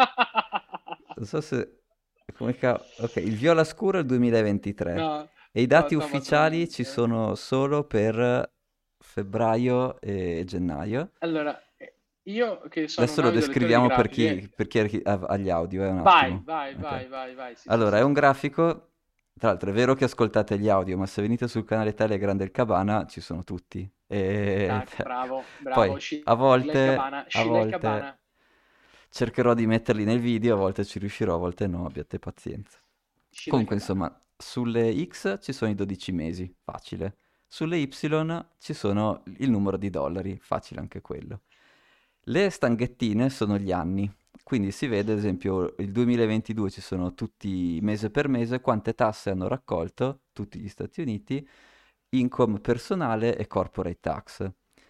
Non so se. Come ca- Ok, il viola scuro è il duemilaventitré
No,
e i
no,
dati
sto ammazzando
ufficiali ci
tutti. Eh.
sono solo per febbraio e gennaio.
Allora, eh, io che sono un
Adesso lo
avido lettore di
descriviamo per
grafici,
chi,
eh,
per chi è chi- ha- agli audio, eh, un
vai,
attimo.
vai,
Ok.
vai, vai, vai, sì, sì,
Allora, è
sì.
un grafico, tra l'altro è vero che ascoltate gli audio, ma se venite sul canale Telegram del Cabana ci sono tutti. E
Ecco, bravo,
poi
bravo,
a
Scilla il
volte,
cabana,
a
Scilla il
volte
cabana,
cercherò di metterli nel video, a volte ci riuscirò, a volte no, abbiate pazienza.
Scilla il
Comunque,
cabana.
insomma, sulle X ci sono i dodici mesi, facile. Sulle Y ci sono il numero di dollari, facile anche quello. Le stanghettine sono gli anni, quindi si vede, ad esempio, il duemilaventidue ci sono tutti mese per mese quante tasse hanno raccolto tutti gli Stati Uniti, income personale e corporate tax.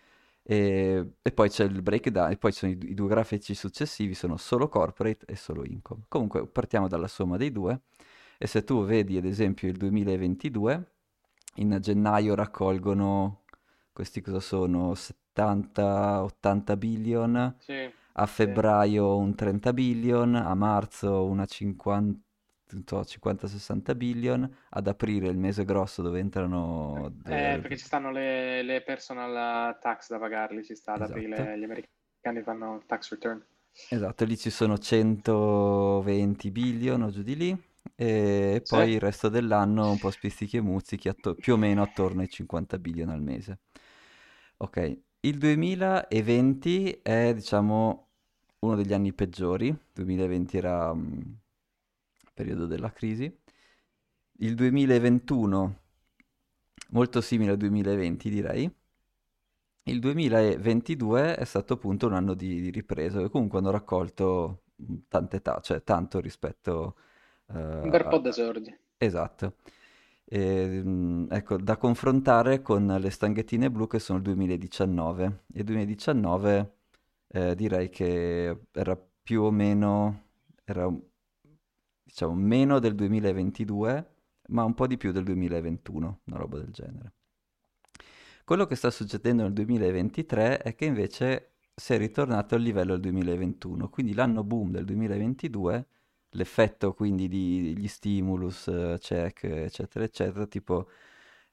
E, e poi c'è il breakdown, e poi ci sono i, i due grafici successivi, sono solo corporate e solo income. Comunque partiamo dalla somma dei due e se tu vedi ad esempio il duemilaventidue, in gennaio raccolgono, questi cosa sono? settanta ottanta billion,
Sì,
a
sì.
febbraio un trenta billion, a marzo una cinquanta, non so, cinquanta sessanta billion, ad aprile il mese grosso dove entrano.
Eh,
d-
perché ci stanno le, le personal tax da pagarli, ci sta ad
Esatto.
aprile, gli americani fanno tax return.
Esatto, lì ci sono centoventi billion o giù di lì, e
Sì.
poi il resto dell'anno un po' spizzichi e muzzichi, atto- più o meno attorno ai cinquanta billion al mese. Ok, il duemilaventi è, diciamo, uno degli anni peggiori. Il duemilaventi era mm, il periodo della crisi. Il duemilaventuno, molto simile al duemilaventi, direi. Il duemilaventidue è stato appunto un anno di, di ripresa, e comunque hanno raccolto mh, tante tasse, cioè tanto rispetto eh,
Un bel po'
a.
d'esordi.
Esatto. E, mh, ecco, da confrontare con le stanghettine blu che sono il duemiladiciannove. E il duemiladiciannove eh, direi che era più o meno, era diciamo meno del duemilaventidue, ma un po' di più del duemilaventuno, una roba del genere. Quello che sta succedendo nel duemilaventitré è che invece si è ritornato al livello del duemilaventuno, quindi l'anno boom del duemilaventidue, l'effetto quindi di- degli stimulus, eh, check, eccetera, eccetera, tipo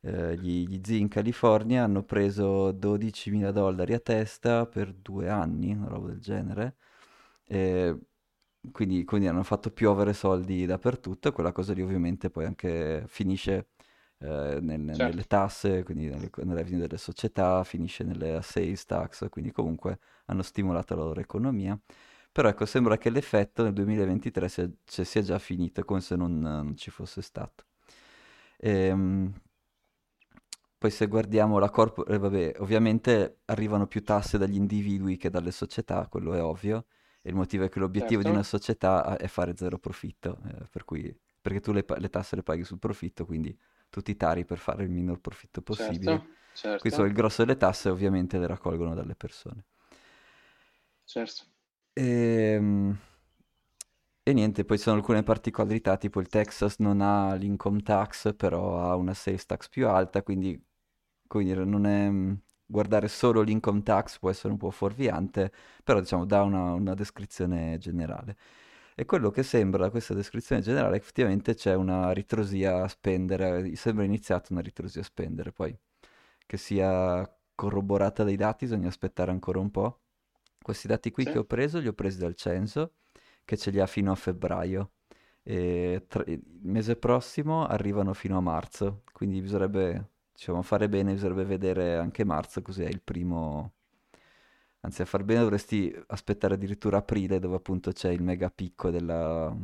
Eh, gli, gli zii in California hanno preso dodicimila dollari a testa per due anni, una roba del genere. E quindi, quindi hanno fatto piovere soldi dappertutto e quella cosa lì ovviamente poi anche finisce eh, nel-
certo,
nelle tasse, quindi nelle, nelle revenue delle società, finisce nelle sales tax, quindi comunque hanno stimolato la loro economia. Però ecco, sembra che l'effetto nel duemilaventitré sia, cioè, sia già finito, è come se non, non ci fosse stato. Ehm, Poi se guardiamo la corpo, eh, vabbè, ovviamente arrivano più tasse dagli individui che dalle società, quello è ovvio, e il motivo è che l'obiettivo di una
certo,
società è fare zero profitto, eh, per cui, perché tu le, pa- le tasse le paghi sul profitto, quindi tu ti tari per fare il minor profitto possibile.
certo,
Qui solo il
certo,
grosso delle tasse ovviamente le raccolgono dalle persone.
certo.
Ehm, E, niente, poi ci sono alcune particolarità, tipo il Texas non ha l'income tax, però ha una sales tax più alta, quindi, come dire, non è, mh, guardare solo l'income tax può essere un po' fuorviante, però diciamo dà una, una descrizione generale. E quello che sembra da questa descrizione generale, effettivamente c'è una ritrosia a spendere, sembra iniziata una ritrosia a spendere, poi che sia corroborata dai dati bisogna aspettare ancora un po'. Questi dati qui
Sì.
che ho preso li ho presi dal censo, che ce li ha fino a febbraio. E tra- il mese prossimo arrivano fino a marzo, quindi bisognerebbe, diciamo, fare bene, bisognerebbe vedere anche marzo, così è il primo. Anzi, a far bene dovresti aspettare addirittura aprile, dove appunto c'è il mega picco della-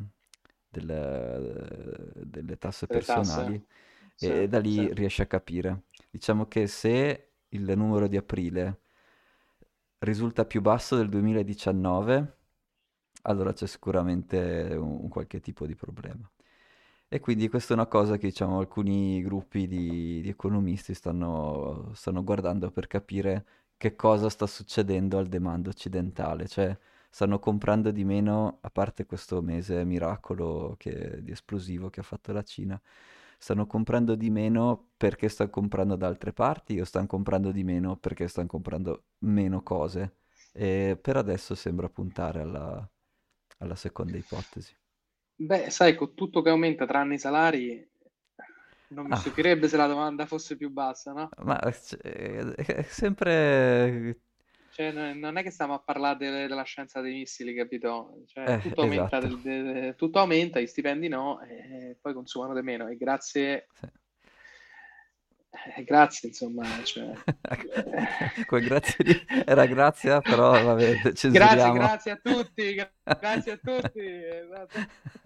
del- delle tasse
Delle tasse.
personali,
Sì,
e da
sì.
lì riesci a capire. Diciamo che se il numero di aprile risulta più basso del duemiladiciannove, allora c'è sicuramente un, un qualche tipo di problema. E quindi questa è una cosa che diciamo alcuni gruppi di, di economisti stanno, stanno guardando per capire che cosa sta succedendo al demand occidentale, cioè stanno comprando di meno, a parte questo mese miracolo che- di esplosivo che ha fatto la Cina, stanno comprando di meno perché stanno comprando da altre parti o stanno comprando di meno perché stanno comprando meno cose. E per adesso sembra puntare alla, alla seconda ipotesi.
Beh, sai, con tutto che aumenta tranne i salari, non mi
Ah,
stupirebbe se la domanda fosse più bassa, no?
ma c- è è sempre.
Cioè, no- non è che stiamo a parlare de- della scienza dei missili, capito? Cioè,
Eh,
tutto aumenta,
esatto.
del- de- tutto aumenta, gli stipendi no, e poi consumano di meno. E grazie,
Sì.
eh, grazie, insomma, cioè,
Quel grazie lì era grazia, però vabbè,
grazie,
censuriamo.
grazie a tutti, gra- grazie a tutti. Esatto.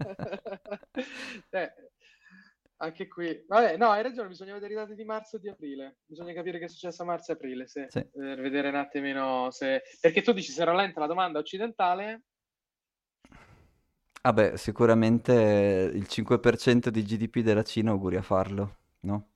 Eh, anche qui, vabbè, no, hai ragione, bisogna vedere i dati di marzo e di aprile. Bisogna capire che è successo a marzo e aprile, sì.
Sì.
Per vedere un attimino se... Perché tu dici se rallenta la domanda occidentale.
Vabbè, sicuramente il cinque per cento di G D P della Cina auguri a farlo, no?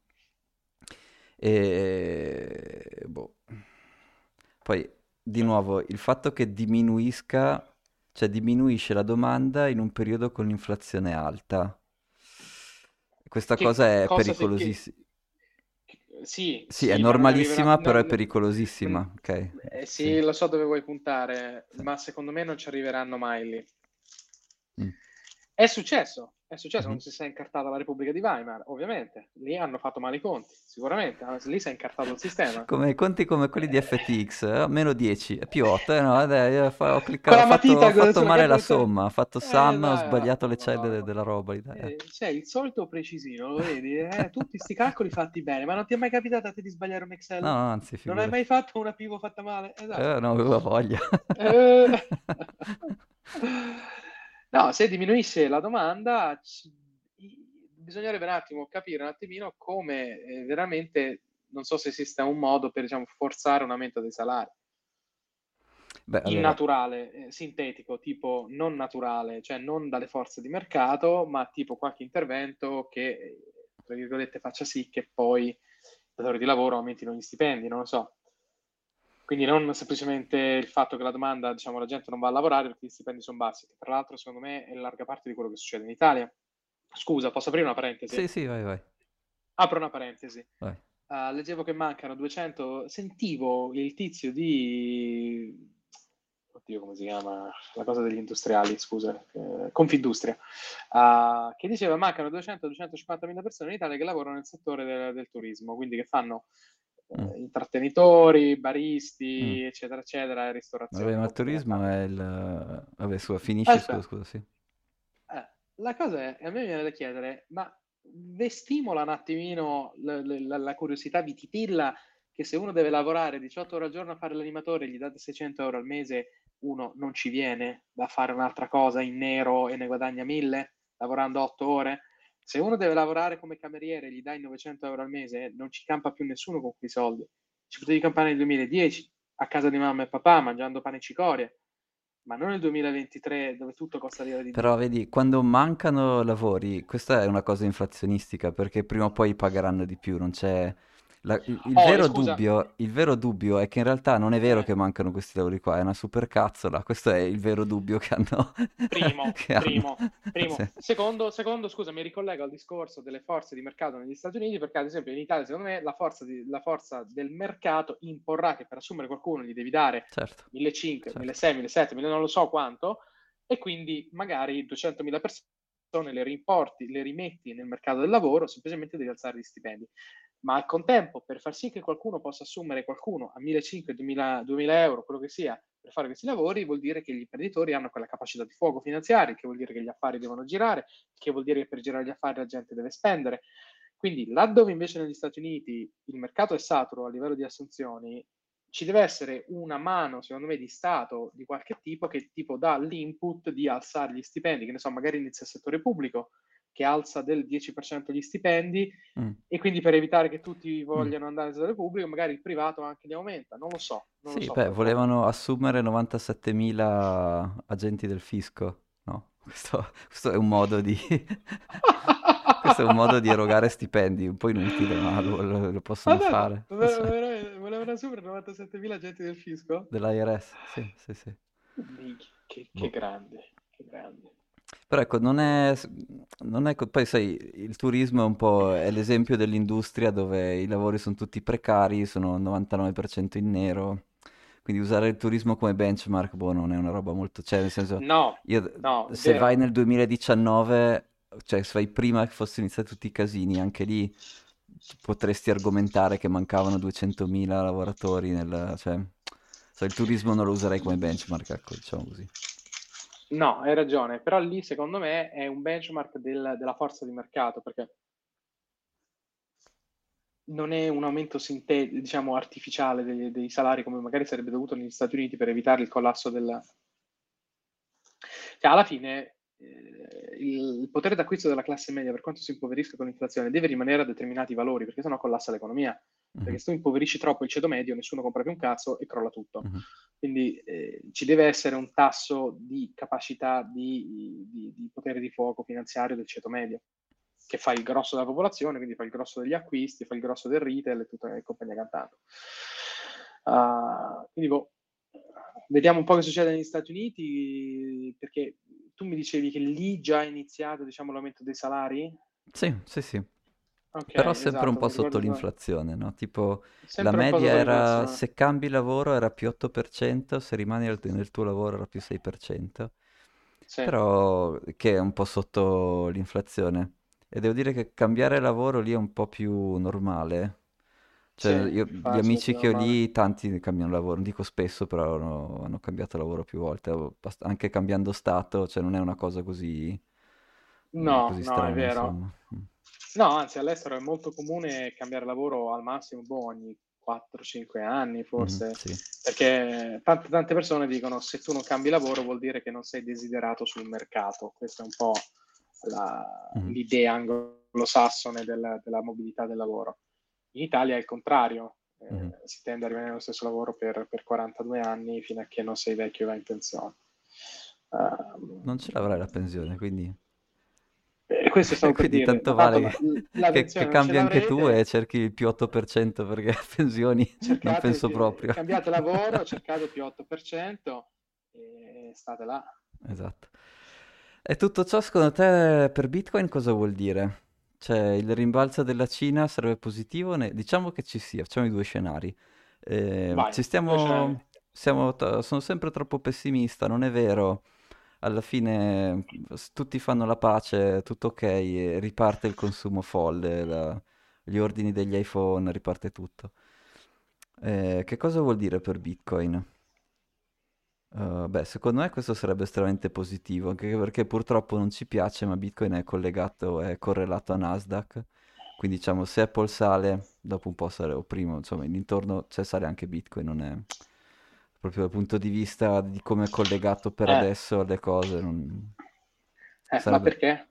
E boh. Poi, di
Cioè,
nuovo, il fatto che diminuisca, cioè diminuisce la domanda in un periodo con l'inflazione alta. Questa
che
cosa è
cosa se... Che,
pericolosissima.
che- sì,
Sì, è
sì, ma non arriverà...
normalissima, però
no-
è
no-
pericolosissima, ok?
eh,
Sì,
sì, lo so dove vuoi puntare,
sì.
ma secondo me non ci arriveranno mai lì.
Mm.
È successo, è successo
Mhm.
quando si è incartata la Repubblica di Weimar, ovviamente. Lì hanno fatto male i conti, sicuramente. ah, Lì si è incartato il sistema.
Come conti come quelli di F T X, eh, meno dieci, è più otto, eh no, dai, eh, fa- ho
Con
cliccato, ho
la
fatto, ho
matita con-
fatto
sulla
male
carta
la
d'identità.
somma, ho fatto
Eh,
sum, ho
dai,
sbagliato
ma-
le
ma-
celle
ma-
de-
ma-
della roba lì, dai, eh.
eh, sei il solito precisino, lo vedi? Eh, tutti sti calcoli fatti bene, ma non ti è mai capitato a te di sbagliare un
No,
Excel?
no, anzi,
Non hai mai
figurati.
fatto una pivot fatta male?
Eh,
Esatto.
no, avevo voglia.
Eh, No, se diminuisce la domanda, ci- i- bisognerebbe un attimo capire un attimino come eh, veramente, non so se esista un modo per, diciamo, forzare un aumento dei salari.
Beh, allora,
Innaturale, eh, sintetico, tipo non naturale, cioè non dalle forze di mercato, ma tipo qualche intervento che, eh, tra virgolette, faccia sì che poi i datori di lavoro aumentino gli stipendi, non lo so. Quindi non semplicemente il fatto che la domanda, diciamo, la gente non va a lavorare perché gli stipendi sono bassi, che tra l'altro secondo me è larga parte di quello che succede in Italia. Scusa, posso aprire una parentesi?
sì, sì, vai, vai,
Apro una parentesi.
vai.
Uh, leggevo che mancano duecento. Sentivo il tizio di. oddio, come si chiama? La cosa degli industriali, scusa, eh, Confindustria, uh, che diceva mancano duecento duecentocinquanta mila persone in Italia che lavorano nel settore del, del turismo, quindi che fanno
Mm,
eh, intrattenitori,
mm.
baristi, eccetera, eccetera, e
Vabbè,
ristorazione,
ma il
no?
turismo
Fondamentalmente.
è il... Vabbè, scusa, finisci, scusa,
Aspetta,
scusa, sì.
eh, la cosa è, a me viene da chiedere, ma vi stimola un attimino la, la- la curiosità, vi titilla che se uno deve lavorare diciotto ore al giorno a fare l'animatore e gli date seicento euro al mese, uno non ci viene da fare un'altra cosa in nero e ne guadagna mille lavorando otto ore? Se uno deve lavorare come cameriere e gli dai novecento euro al mese, non ci campa più nessuno con quei soldi. Ci potevi campare nel duemiladieci, a casa di mamma e papà, mangiando pane e cicorie, ma non nel duemilaventitré dove tutto costa l'ira di
Però
Dio.
vedi, quando mancano lavori, questa è una cosa inflazionistica perché prima o poi pagheranno di più, non c'è... la- il, il
Oh, e
vero
scusa,
dubbio, il vero dubbio è che in realtà non è vero
eh,
che mancano questi lavori qua, è una supercazzola, questo è il vero dubbio che hanno.
primo,
che hanno.
primo, primo.
Sì,
Secondo, secondo, scusa, mi ricollego al discorso delle forze di mercato negli Stati Uniti, perché ad esempio in Italia, secondo me, la forza, di- la forza del mercato imporrà che per assumere qualcuno gli devi dare
certo,
millecinquecento,
certo.
milleseicento, millesettecento, non lo so quanto, e quindi magari duecentomila persone le rimporti, le rimetti nel mercato del lavoro, semplicemente devi alzare gli stipendi. Ma al contempo, per far sì che qualcuno possa assumere qualcuno a millecinquecento, duemila, duemila euro, quello che sia, per fare questi lavori, vuol dire che gli imprenditori hanno quella capacità di fuoco finanziaria, che vuol dire che gli affari devono girare, che vuol dire che per girare gli affari la gente deve spendere. Quindi, laddove invece negli Stati Uniti il mercato è saturo a livello di assunzioni, ci deve essere una mano, secondo me, di Stato di qualche tipo che tipo dà l'input di alzare gli stipendi, che ne so, magari inizia il settore pubblico, che alza del dieci per cento gli stipendi,
Mm,
e quindi per evitare che tutti
mm.
vogliano andare nel settore pubblico, magari il privato anche li aumenta. Non lo so, non lo
Sì,
so
beh,
per voi.
volevano assumere novantasettemila agenti del fisco, no? Questo, questo è un modo di... questo è un modo di erogare stipendi, un po' inutile, ma lo, lo- lo possono
Vabbè, ma
fare. Cioè,
volevano volevano assumere novantasettemila agenti del fisco?
dell'I R S, sì, sì, sì.
Minchia, che, che
Boh.
grande, che grande.
Però ecco, non è, non è... co- Poi sai, il turismo è un po' è l'esempio dell'industria dove i lavori sono tutti precari, sono novantanove per cento in nero. Quindi usare il turismo come benchmark, boh, non è una roba molto... Cioè, nel senso,
No,
io,
no, è
se vai
vero.
nel duemiladiciannove, cioè se vai prima che fossero iniziati tutti i casini, anche lì potresti argomentare che mancavano duecentomila lavoratori nel... Cioè, so, il turismo non lo userei come benchmark, ecco, diciamo così.
No, hai ragione, però lì secondo me è un benchmark del- della forza di mercato, perché non è un aumento sinte- diciamo, artificiale dei, dei salari come magari sarebbe dovuto negli Stati Uniti per evitare il collasso del... Cioè, alla fine eh, il, il potere d'acquisto della classe media, per quanto si impoverisca con l'inflazione, deve rimanere a determinati valori, perché sennò collassa l'economia.
Mhm,
Perché se tu impoverisci troppo il ceto medio, nessuno compra più un cazzo e crolla tutto.
mhm.
Quindi eh, ci deve essere un tasso di capacità di, di, di potere di fuoco finanziario del ceto medio, che fa il grosso della popolazione, quindi fa il grosso degli acquisti, fa il grosso del retail e tutta la compagnia cantante. Uh, quindi boh, vediamo un po' che succede negli Stati Uniti, perché tu mi dicevi che lì già è iniziato, diciamo, l'aumento dei salari?
Sì, sì, sì.
Ok,
Però sempre un
esatto,
po'
mi
sotto
ricordo,
l'inflazione, no? Tipo la
sempre un po'
media
sotto
era,
l'inflazione.
se cambi lavoro era più otto per cento, se rimani nel, nel tuo lavoro era più sei per cento,
Sì,
però che è un po' sotto l'inflazione. E devo dire che cambiare lavoro lì è un po' più normale.
sì,
Cioè, io, gli
facile,
amici
più
che ho
normale.
lì, tanti cambiano lavoro, non dico spesso, però hanno, hanno cambiato lavoro più volte, abbast- anche cambiando stato, cioè non è una cosa così,
No,
così
no, è
strana,
vero.
insomma. Mm.
No, anzi, all'estero è molto comune cambiare lavoro al massimo boh, ogni quattro cinque anni,
Mhm,
forse,
sì.
perché tante, tante persone dicono se tu non cambi lavoro vuol dire che non sei desiderato sul mercato. Questa è un po' la-
Mhm,
l'idea anglosassone del- della mobilità del lavoro. In Italia è il contrario,
mhm.
eh, si tende a rimanere nello stesso lavoro per, per quarantadue anni fino a che non sei vecchio e vai in pensione.
Non ce l'avrai
Ehm,
la pensione, quindi...
e questo stavo per
quindi
dire, ma
tanto
tanto
vale
la,
che,
la
che- che
pensione non ce
cambi anche tu e
l'avrete,
cerchi il più otto per cento perché pensioni non
cercate,
penso
di-
proprio.
cambiate lavoro, cercate più otto per cento e state là.
Esatto. E tutto ciò secondo te per Bitcoin cosa vuol dire? Cioè il rimbalzo della Cina sarebbe positivo? Ne- Diciamo che ci sia, facciamo i due scenari. Eh,
Vai,
ci
due
stiamo,
scenari.
siamo t- sono sempre troppo pessimista, non è vero. Alla fine s- tutti fanno la pace, tutto ok, e riparte il consumo folle, la- gli ordini degli iPhone, riparte tutto. Eh, che cosa vuol dire per Bitcoin? Uh, beh, secondo me questo sarebbe estremamente positivo, anche perché purtroppo non ci piace, ma Bitcoin è collegato, è correlato a Nasdaq, quindi diciamo se Apple sale, dopo un po' sale, o prima, insomma, intorno c'è sale anche Bitcoin, non è proprio dal punto di vista di come è collegato per
Eh,
adesso alle cose, non...
eh, ma
sarebbe...
perché?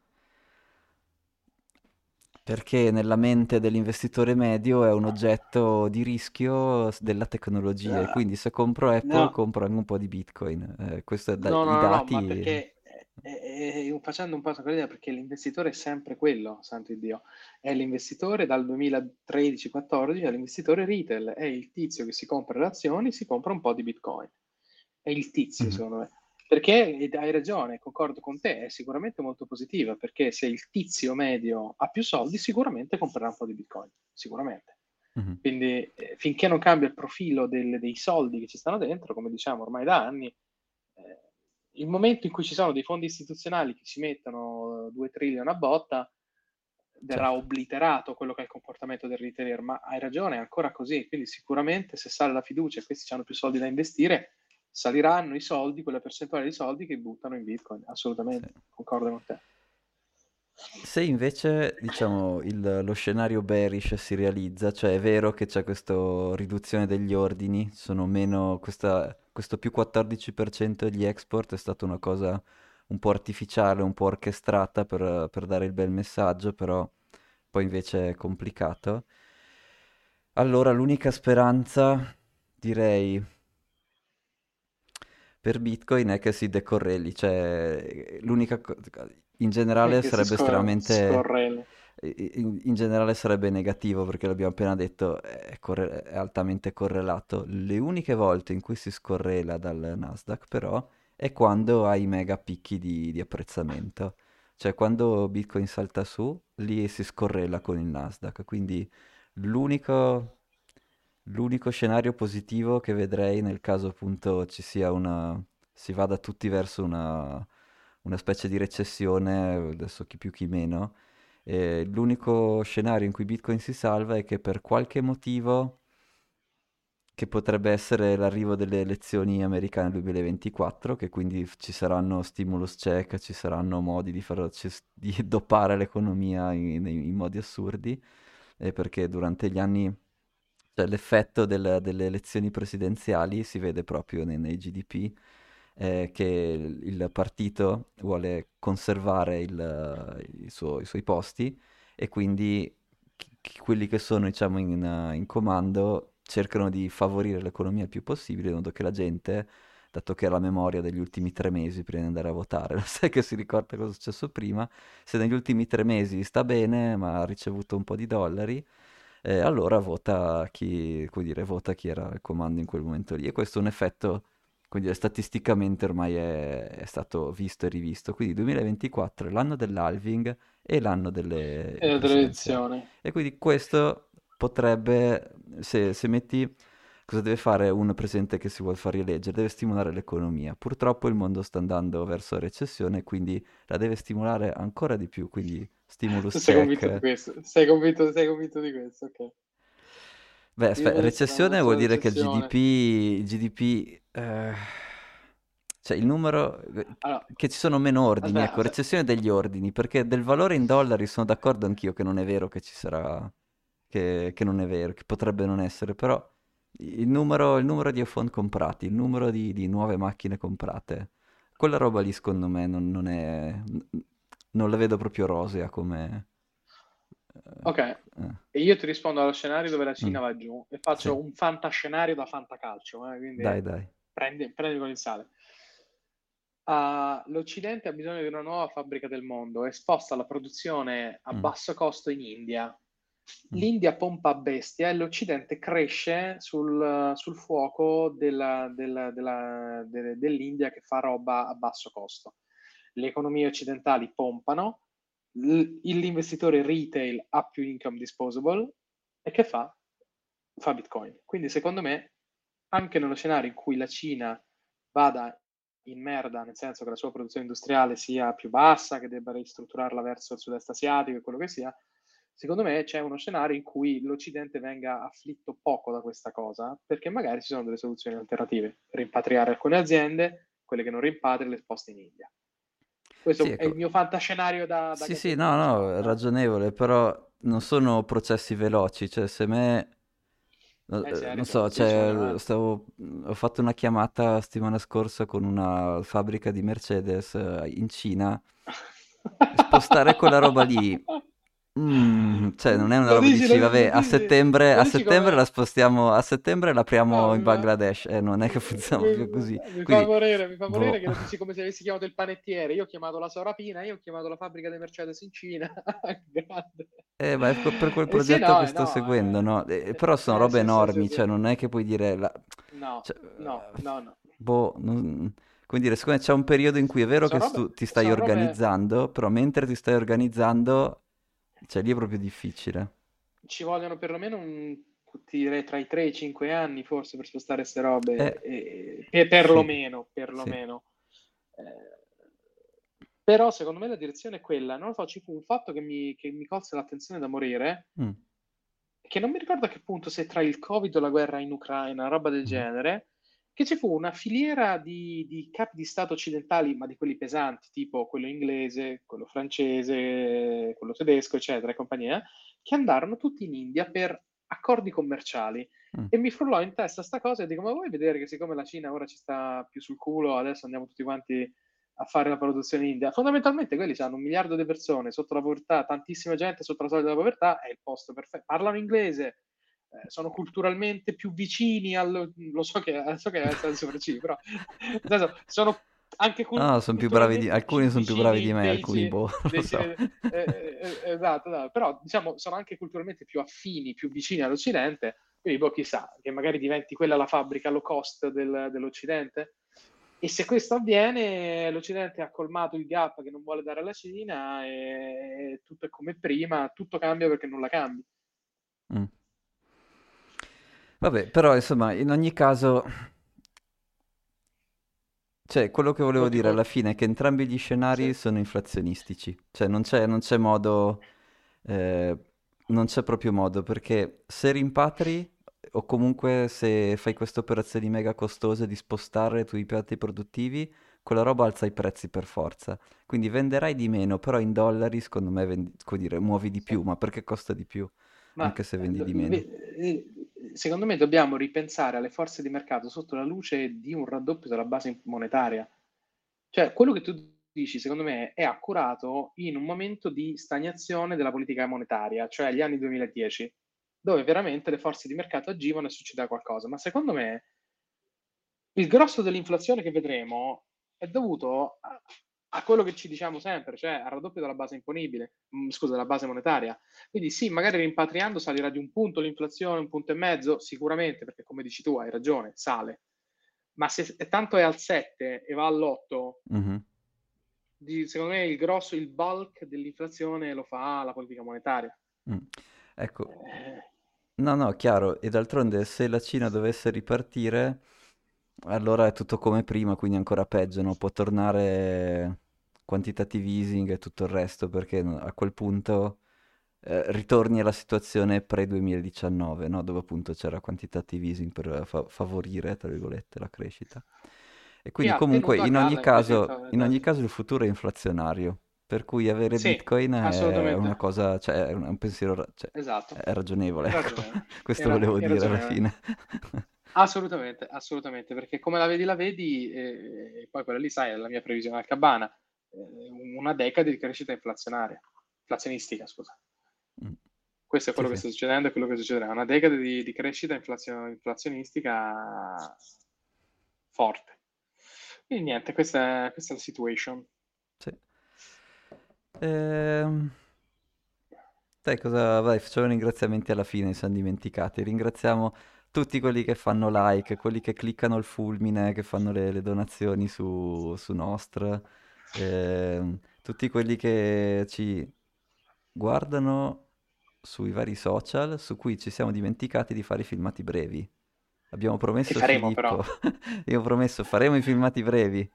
Perché nella mente dell'investitore medio è un oggetto di rischio s- della tecnologia e
Eh,
quindi se compro Apple
no,
compro anche un po' di Bitcoin. Eh, questo è da-
no,
i
no, no, no, ma
dati...
perché eh, eh, facendo un passo quella idea, perché l'investitore è sempre quello, santo di Dio, è l'investitore dal duemilatredici-quattordici, è l'investitore retail, è il tizio che si compra le azioni, si compra un po' di Bitcoin. È il tizio,
Mhm,
secondo me. Perché ed hai ragione, concordo con te, è sicuramente molto positiva, perché se il tizio medio ha più soldi, sicuramente comprerà un po' di Bitcoin, sicuramente.
mhm.
Quindi eh, finché non cambia il profilo del- dei soldi che ci stanno dentro, come diciamo ormai da anni, eh, il momento in cui ci sono dei fondi istituzionali che ci mettono due trilioni a botta, verrà
Certo.
obliterato quello che è il comportamento del retailer, ma hai ragione, è ancora così, quindi sicuramente se sale la fiducia e questi hanno più soldi da investire, saliranno i soldi, quella percentuale di soldi che buttano in Bitcoin,
Sì.
assolutamente, concordo con te.
Se invece, diciamo, il- lo scenario bearish si realizza, cioè è vero che c'è questa riduzione degli ordini, sono meno, questa- questo più quattordici per cento degli export è stata una cosa un po' artificiale, un po' orchestrata per, per dare il bel messaggio, però poi invece è complicato. Allora l'unica speranza, direi, per Bitcoin è che si decorreli, cioè l'unica co- in generale
Che si
sarebbe
scor-
estremamente
scorrele.
in, in generale sarebbe negativo perché l'abbiamo appena detto, è, corre- è altamente correlato. Le uniche volte in cui si scorrela dal Nasdaq però è quando hai mega picchi di, di apprezzamento. Cioè quando Bitcoin salta su, lì si scorrela con il Nasdaq. Quindi l'unico l'unico scenario positivo che vedrei nel caso appunto ci sia una... si vada tutti verso una, una specie di recessione, adesso chi più chi meno, e l'unico scenario in cui Bitcoin si salva è che per qualche motivo, che potrebbe essere l'arrivo delle elezioni americane nel duemilaventiquattro, che quindi f- ci saranno stimulus check, ci saranno modi di, far, ci- di dopare l'economia in, in modi assurdi, e perché durante gli anni, cioè l'effetto del- delle elezioni presidenziali si vede proprio nei, nei G D P, eh, che il, il partito vuole conservare il- i suo- i suoi posti e quindi chi- chi- quelli che sono, diciamo, in, in comando cercano di favorire l'economia il più possibile, in modo che la gente, dato che ha la memoria degli ultimi tre mesi prima di andare a votare, lo sai che si ricorda cosa è successo prima, se negli ultimi tre mesi sta bene, ma ha ricevuto un po' di dollari, eh, allora vota chi, come dire, vota chi era al comando in quel momento lì. E questo è un effetto, come dire, statisticamente ormai è, è stato visto e rivisto. Quindi duemilaventiquattro è l'anno dell'halving e l'anno
E
delle
la
presidenziali.
tradizione.
E quindi questo potrebbe, se, se metti, cosa deve fare un presidente che si vuole far rieleggere? Deve stimolare l'economia. Purtroppo il mondo sta andando verso la recessione, quindi la deve stimolare ancora di più, quindi
Tu
stimulus
sei convinto di
check.
questo? Sei convinto, sei convinto di questo? Ok.
Beh,
Io
aspetta,
invece temo
recessione
verso
vuol
la
dire che il
recessione.
G D P, il G D P, eh, cioè il numero,
Allora,
che ci sono meno ordini,
aspetta,
ecco,
aspetta.
recessione degli ordini, perché del valore in dollari sono d'accordo anch'io che non è vero che ci sarà, che, che non è vero, che potrebbe non essere, però il numero, il numero di iPhone comprati, il numero di, di nuove macchine comprate, quella roba lì secondo me non, non è, non la vedo proprio rosea come... eh,
Ok,
eh,
e io ti rispondo allo scenario dove la
mm,
Cina va giù e
sì,
faccio un fantascenario da fantacalcio, eh,
dai
quindi
dai.
prendi, prendi con il sale. Ah, l'Occidente ha bisogno di una nuova fabbrica del mondo e sposta la produzione a
Mm,
basso costo in India.
mm.
L'India pompa a bestia e l'Occidente cresce sul, sul fuoco della- della- della- de- dell'India che fa roba a basso costo. Le economie occidentali pompano, l- l'investitore retail ha più income disposable e che fa? Fa Bitcoin. Quindi secondo me anche nello scenario in cui la Cina vada in merda, nel senso che la sua produzione industriale sia più bassa, che debba ristrutturarla verso il sud-est asiatico e quello che sia, secondo me c'è uno scenario in cui l'Occidente venga afflitto poco da questa cosa, perché magari ci sono delle soluzioni alternative. Rimpatriare alcune aziende, quelle che non rimpatri le sposti in India.
Sì,
Questo è il
ecco.
mio fantascenario da, da
Sì, sì,
gazzetta
no, no, è
ufficiale. Eh?
ragionevole, però non sono processi veloci, cioè se me, no-
Eh,
eh,
se hai
non
ragione,
so,
sì, ci vogliono
cioè
anni.
stavo, ho fatto una chiamata settimana scorsa con una fabbrica di Mercedes eh, in Cina, spostare quella roba lì, mm, cioè non è una
Lo
roba
dici,
dici,
lo,
vabbè,
lo
a
dici,
settembre,
lo
a
dici
settembre la
come...
spostiamo, a settembre l'apriamo
No,
in
mi fa,
Bangladesh, eh, non è che funziona proprio così,
mi, mi fa
quindi,
morire, mi fa morire
boh.
che lo dici come se avessi chiamato il panettiere. Io ho chiamato la Sorapina, io ho chiamato la fabbrica dei Mercedes in Cina. Grande.
Eh, ma è que- per quel
Eh sì,
progetto
no,
che
eh,
sto
no,
seguendo, no? Eh,
eh,
però sono
eh,
robe
sì, sì, sì,
enormi,
sì.
cioè non è che puoi dire... la-
No,
cioè,
no,
eh,
no, no.
boh, non- come dire, secondo me c'è un periodo in cui è vero che
Sono
tu
robe,
ti stai
sono robe,
organizzando, però mentre ti stai organizzando, cioè lì è proprio difficile.
ci vogliono perlomeno un, ti direi tra i tre e i cinque anni forse per spostare queste
Eh,
robe, e, e
sì,
perlomeno,
sì.
perlomeno. Eh, però secondo me la direzione è quella. Non lo so, ci fu un fatto che mi, che mi colse l'attenzione da morire,
Mm,
che non mi ricordo a che punto, se tra il Covid o la guerra in Ucraina, roba del
mhm,
genere, che ci fu una filiera di, di capi di Stato occidentali, ma di quelli pesanti, tipo quello inglese, quello francese, quello tedesco, eccetera, e compagnia, che andarono tutti in India per accordi commerciali.
mm,
E mi frullò in testa sta cosa e dico, ma vuoi vedere che siccome la Cina ora ci sta più sul culo, adesso andiamo tutti quanti a fare la produzione in India? Fondamentalmente quelli hanno un miliardo di persone sotto la povertà, tantissima gente sotto la soglia della povertà, è il posto perfetto. Parlano inglese, eh, sono culturalmente più vicini al... Lo so che, so che è senso preciso, però nel senso, sono anche cul-
no, sono più bravi di...
culturalmente più
alcuni sono più bravi di
vicini
me,
dei,
alcuni
ci-
boh, non lo
dei
so.
cine- eh, eh, eh, esatto, esatto. Però diciamo sono anche culturalmente più affini, più vicini all'Occidente, quindi boh, chissà, che magari diventi quella la fabbrica low cost del- dell'Occidente. E se questo avviene, l'Occidente ha colmato il gap che non vuole dare alla Cina e tutto è come prima, tutto cambia perché nulla cambia.
Mm. Vabbè, però insomma, in ogni caso, cioè, quello che volevo
O ti-
dire alla
o-
fine è che entrambi gli
sì.
scenari sono inflazionistici, cioè non c'è non c'è modo, eh, non c'è proprio modo, perché se rimpatri o comunque se fai queste operazioni mega costose di spostare i tuoi piatti produttivi, quella roba alza i prezzi per forza. Quindi venderai di meno, però in dollari secondo me vendi- come dire, muovi di
Sì.
più, ma perché costa di più,
Ma
anche se
eh,
vendi
do-
di meno.
eh, secondo me dobbiamo ripensare alle forze di mercato sotto la luce di un raddoppio della base monetaria. Cioè, quello che tu dici, secondo me, è accurato in un momento di stagnazione della politica monetaria, cioè gli anni duemiladieci, dove veramente le forze di mercato agivano e succedeva qualcosa. Ma secondo me il grosso dell'inflazione che vedremo è dovuto a, a quello che ci diciamo sempre, cioè al raddoppio della base imponibile, mh, scusa, della base monetaria. Quindi sì, magari rimpatriando salirà di un punto l'inflazione, un punto e mezzo, sicuramente, perché come dici tu, hai ragione, sale. Ma se è tanto è al sette e va all'otto,
Mhm.
secondo me il grosso, il bulk dell'inflazione lo fa la politica monetaria.
Mm. Ecco,
Eh,
no, no, chiaro, e d'altronde se la Cina dovesse ripartire, allora è tutto come prima, quindi ancora peggio, no? Può tornare quantitative easing e tutto il resto, perché no, a quel punto eh, ritorni alla situazione pre-duemiladiciannove, no? Dove appunto c'era quantitative easing per fa- favorire, tra virgolette, la crescita. E
che
quindi
ha
comunque
tenuto a
in ogni
galla invece il
caso,
favore.
in ogni caso il futuro è inflazionario, per cui avere
Sì,
Bitcoin è una
assolutamente.
cosa, cioè è un, è un pensiero, ra- cioè,
Esatto,
è ragionevole,
hai
ecco.
ragione,
Questo
era,
volevo
hai
dire alla
ragione.
fine.
Assolutamente, assolutamente, perché come la vedi la vedi, eh, e poi quella lì, sai, è la mia previsione al cabana, eh, una decade di crescita inflazionaria, inflazionistica, scusa.
Mm.
Questo è
Sì,
quello che
sì.
sta succedendo e quello che succederà. Una decade di, di crescita inflazio- inflazionistica forte. Quindi niente, questa è, questa è la situation.
Sì. Ehm, Sai cosa? Vai, facciamo i ringraziamenti alla fine, ci siamo dimenticati. Ringraziamo tutti quelli che fanno like, quelli che cliccano il fulmine, che fanno le, le donazioni su, su Nostr, ehm, tutti quelli che ci guardano sui vari social, su cui ci siamo dimenticati di fare i filmati brevi. Abbiamo
Che
promesso a
faremo però?
Filippo, io ho promesso, faremo i filmati brevi.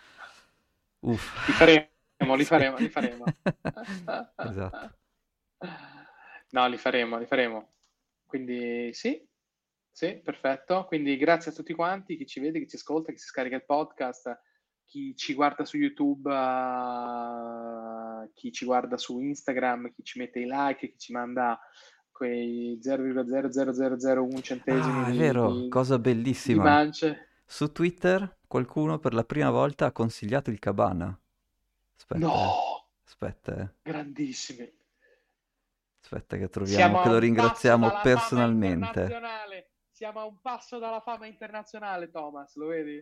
Li
Uff.
faremo, li
Sì.
faremo, li faremo.
Esatto.
No, li faremo, li faremo. Quindi sì, sì, perfetto. Quindi grazie a tutti quanti, chi ci vede, chi ci ascolta, chi si scarica il podcast, chi ci guarda su YouTube, uh, chi ci guarda su Instagram, chi ci mette i like, chi ci manda quei zero virgola zero zero zero zero uno centesimi
Ah, è
di,
vero,
di,
cosa
di
bellissima.
mance.
Su Twitter qualcuno per la prima volta ha consigliato il Cabana. Aspetta, eh.
No,
Aspetta, eh.
grandissimi.
Aspetta che troviamo,
Siamo
che
a
lo
un passo
ringraziamo
dalla fama
personalmente.
internazionale. Siamo a un passo dalla fama internazionale, Thomas, lo vedi?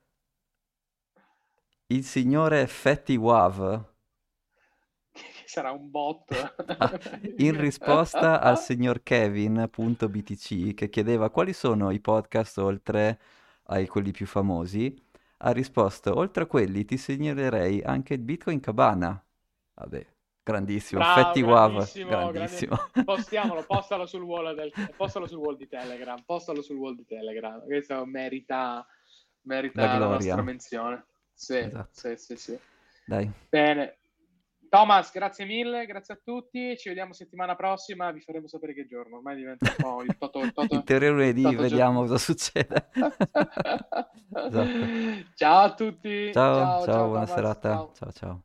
Il signore Fetty Wav,
Che sarà un bot.
in risposta al signor Kevin.btc che chiedeva quali sono i podcast oltre ai quelli più famosi, ha risposto, oltre a quelli ti segnalerei anche il Bitcoin Cabana. Vabbè, grandissimo,
Bravo,
Fetty Wav,
grandissimo, grandi-
grandissimo.
Postiamolo, postalo sul wall del, postalo sul wall di Telegram, postalo sul wall di Telegram. Questo merita,
La
merita la nostra
gloria,
menzione. Sì,
esatto.
sì, sì, sì.
Dai,
Bene. Thomas, grazie mille, grazie a tutti. Ci vediamo settimana prossima. Vi faremo sapere che giorno. Ormai diventa un po' il toto, il
in
toto,
teoria
il
lunedì
toto gio-
vediamo cosa succede. Esatto.
Ciao a tutti.
Ciao,
Ciao,
ciao,
ciao
buona
Thomas.
serata.
Ciao.
Ciao, ciao.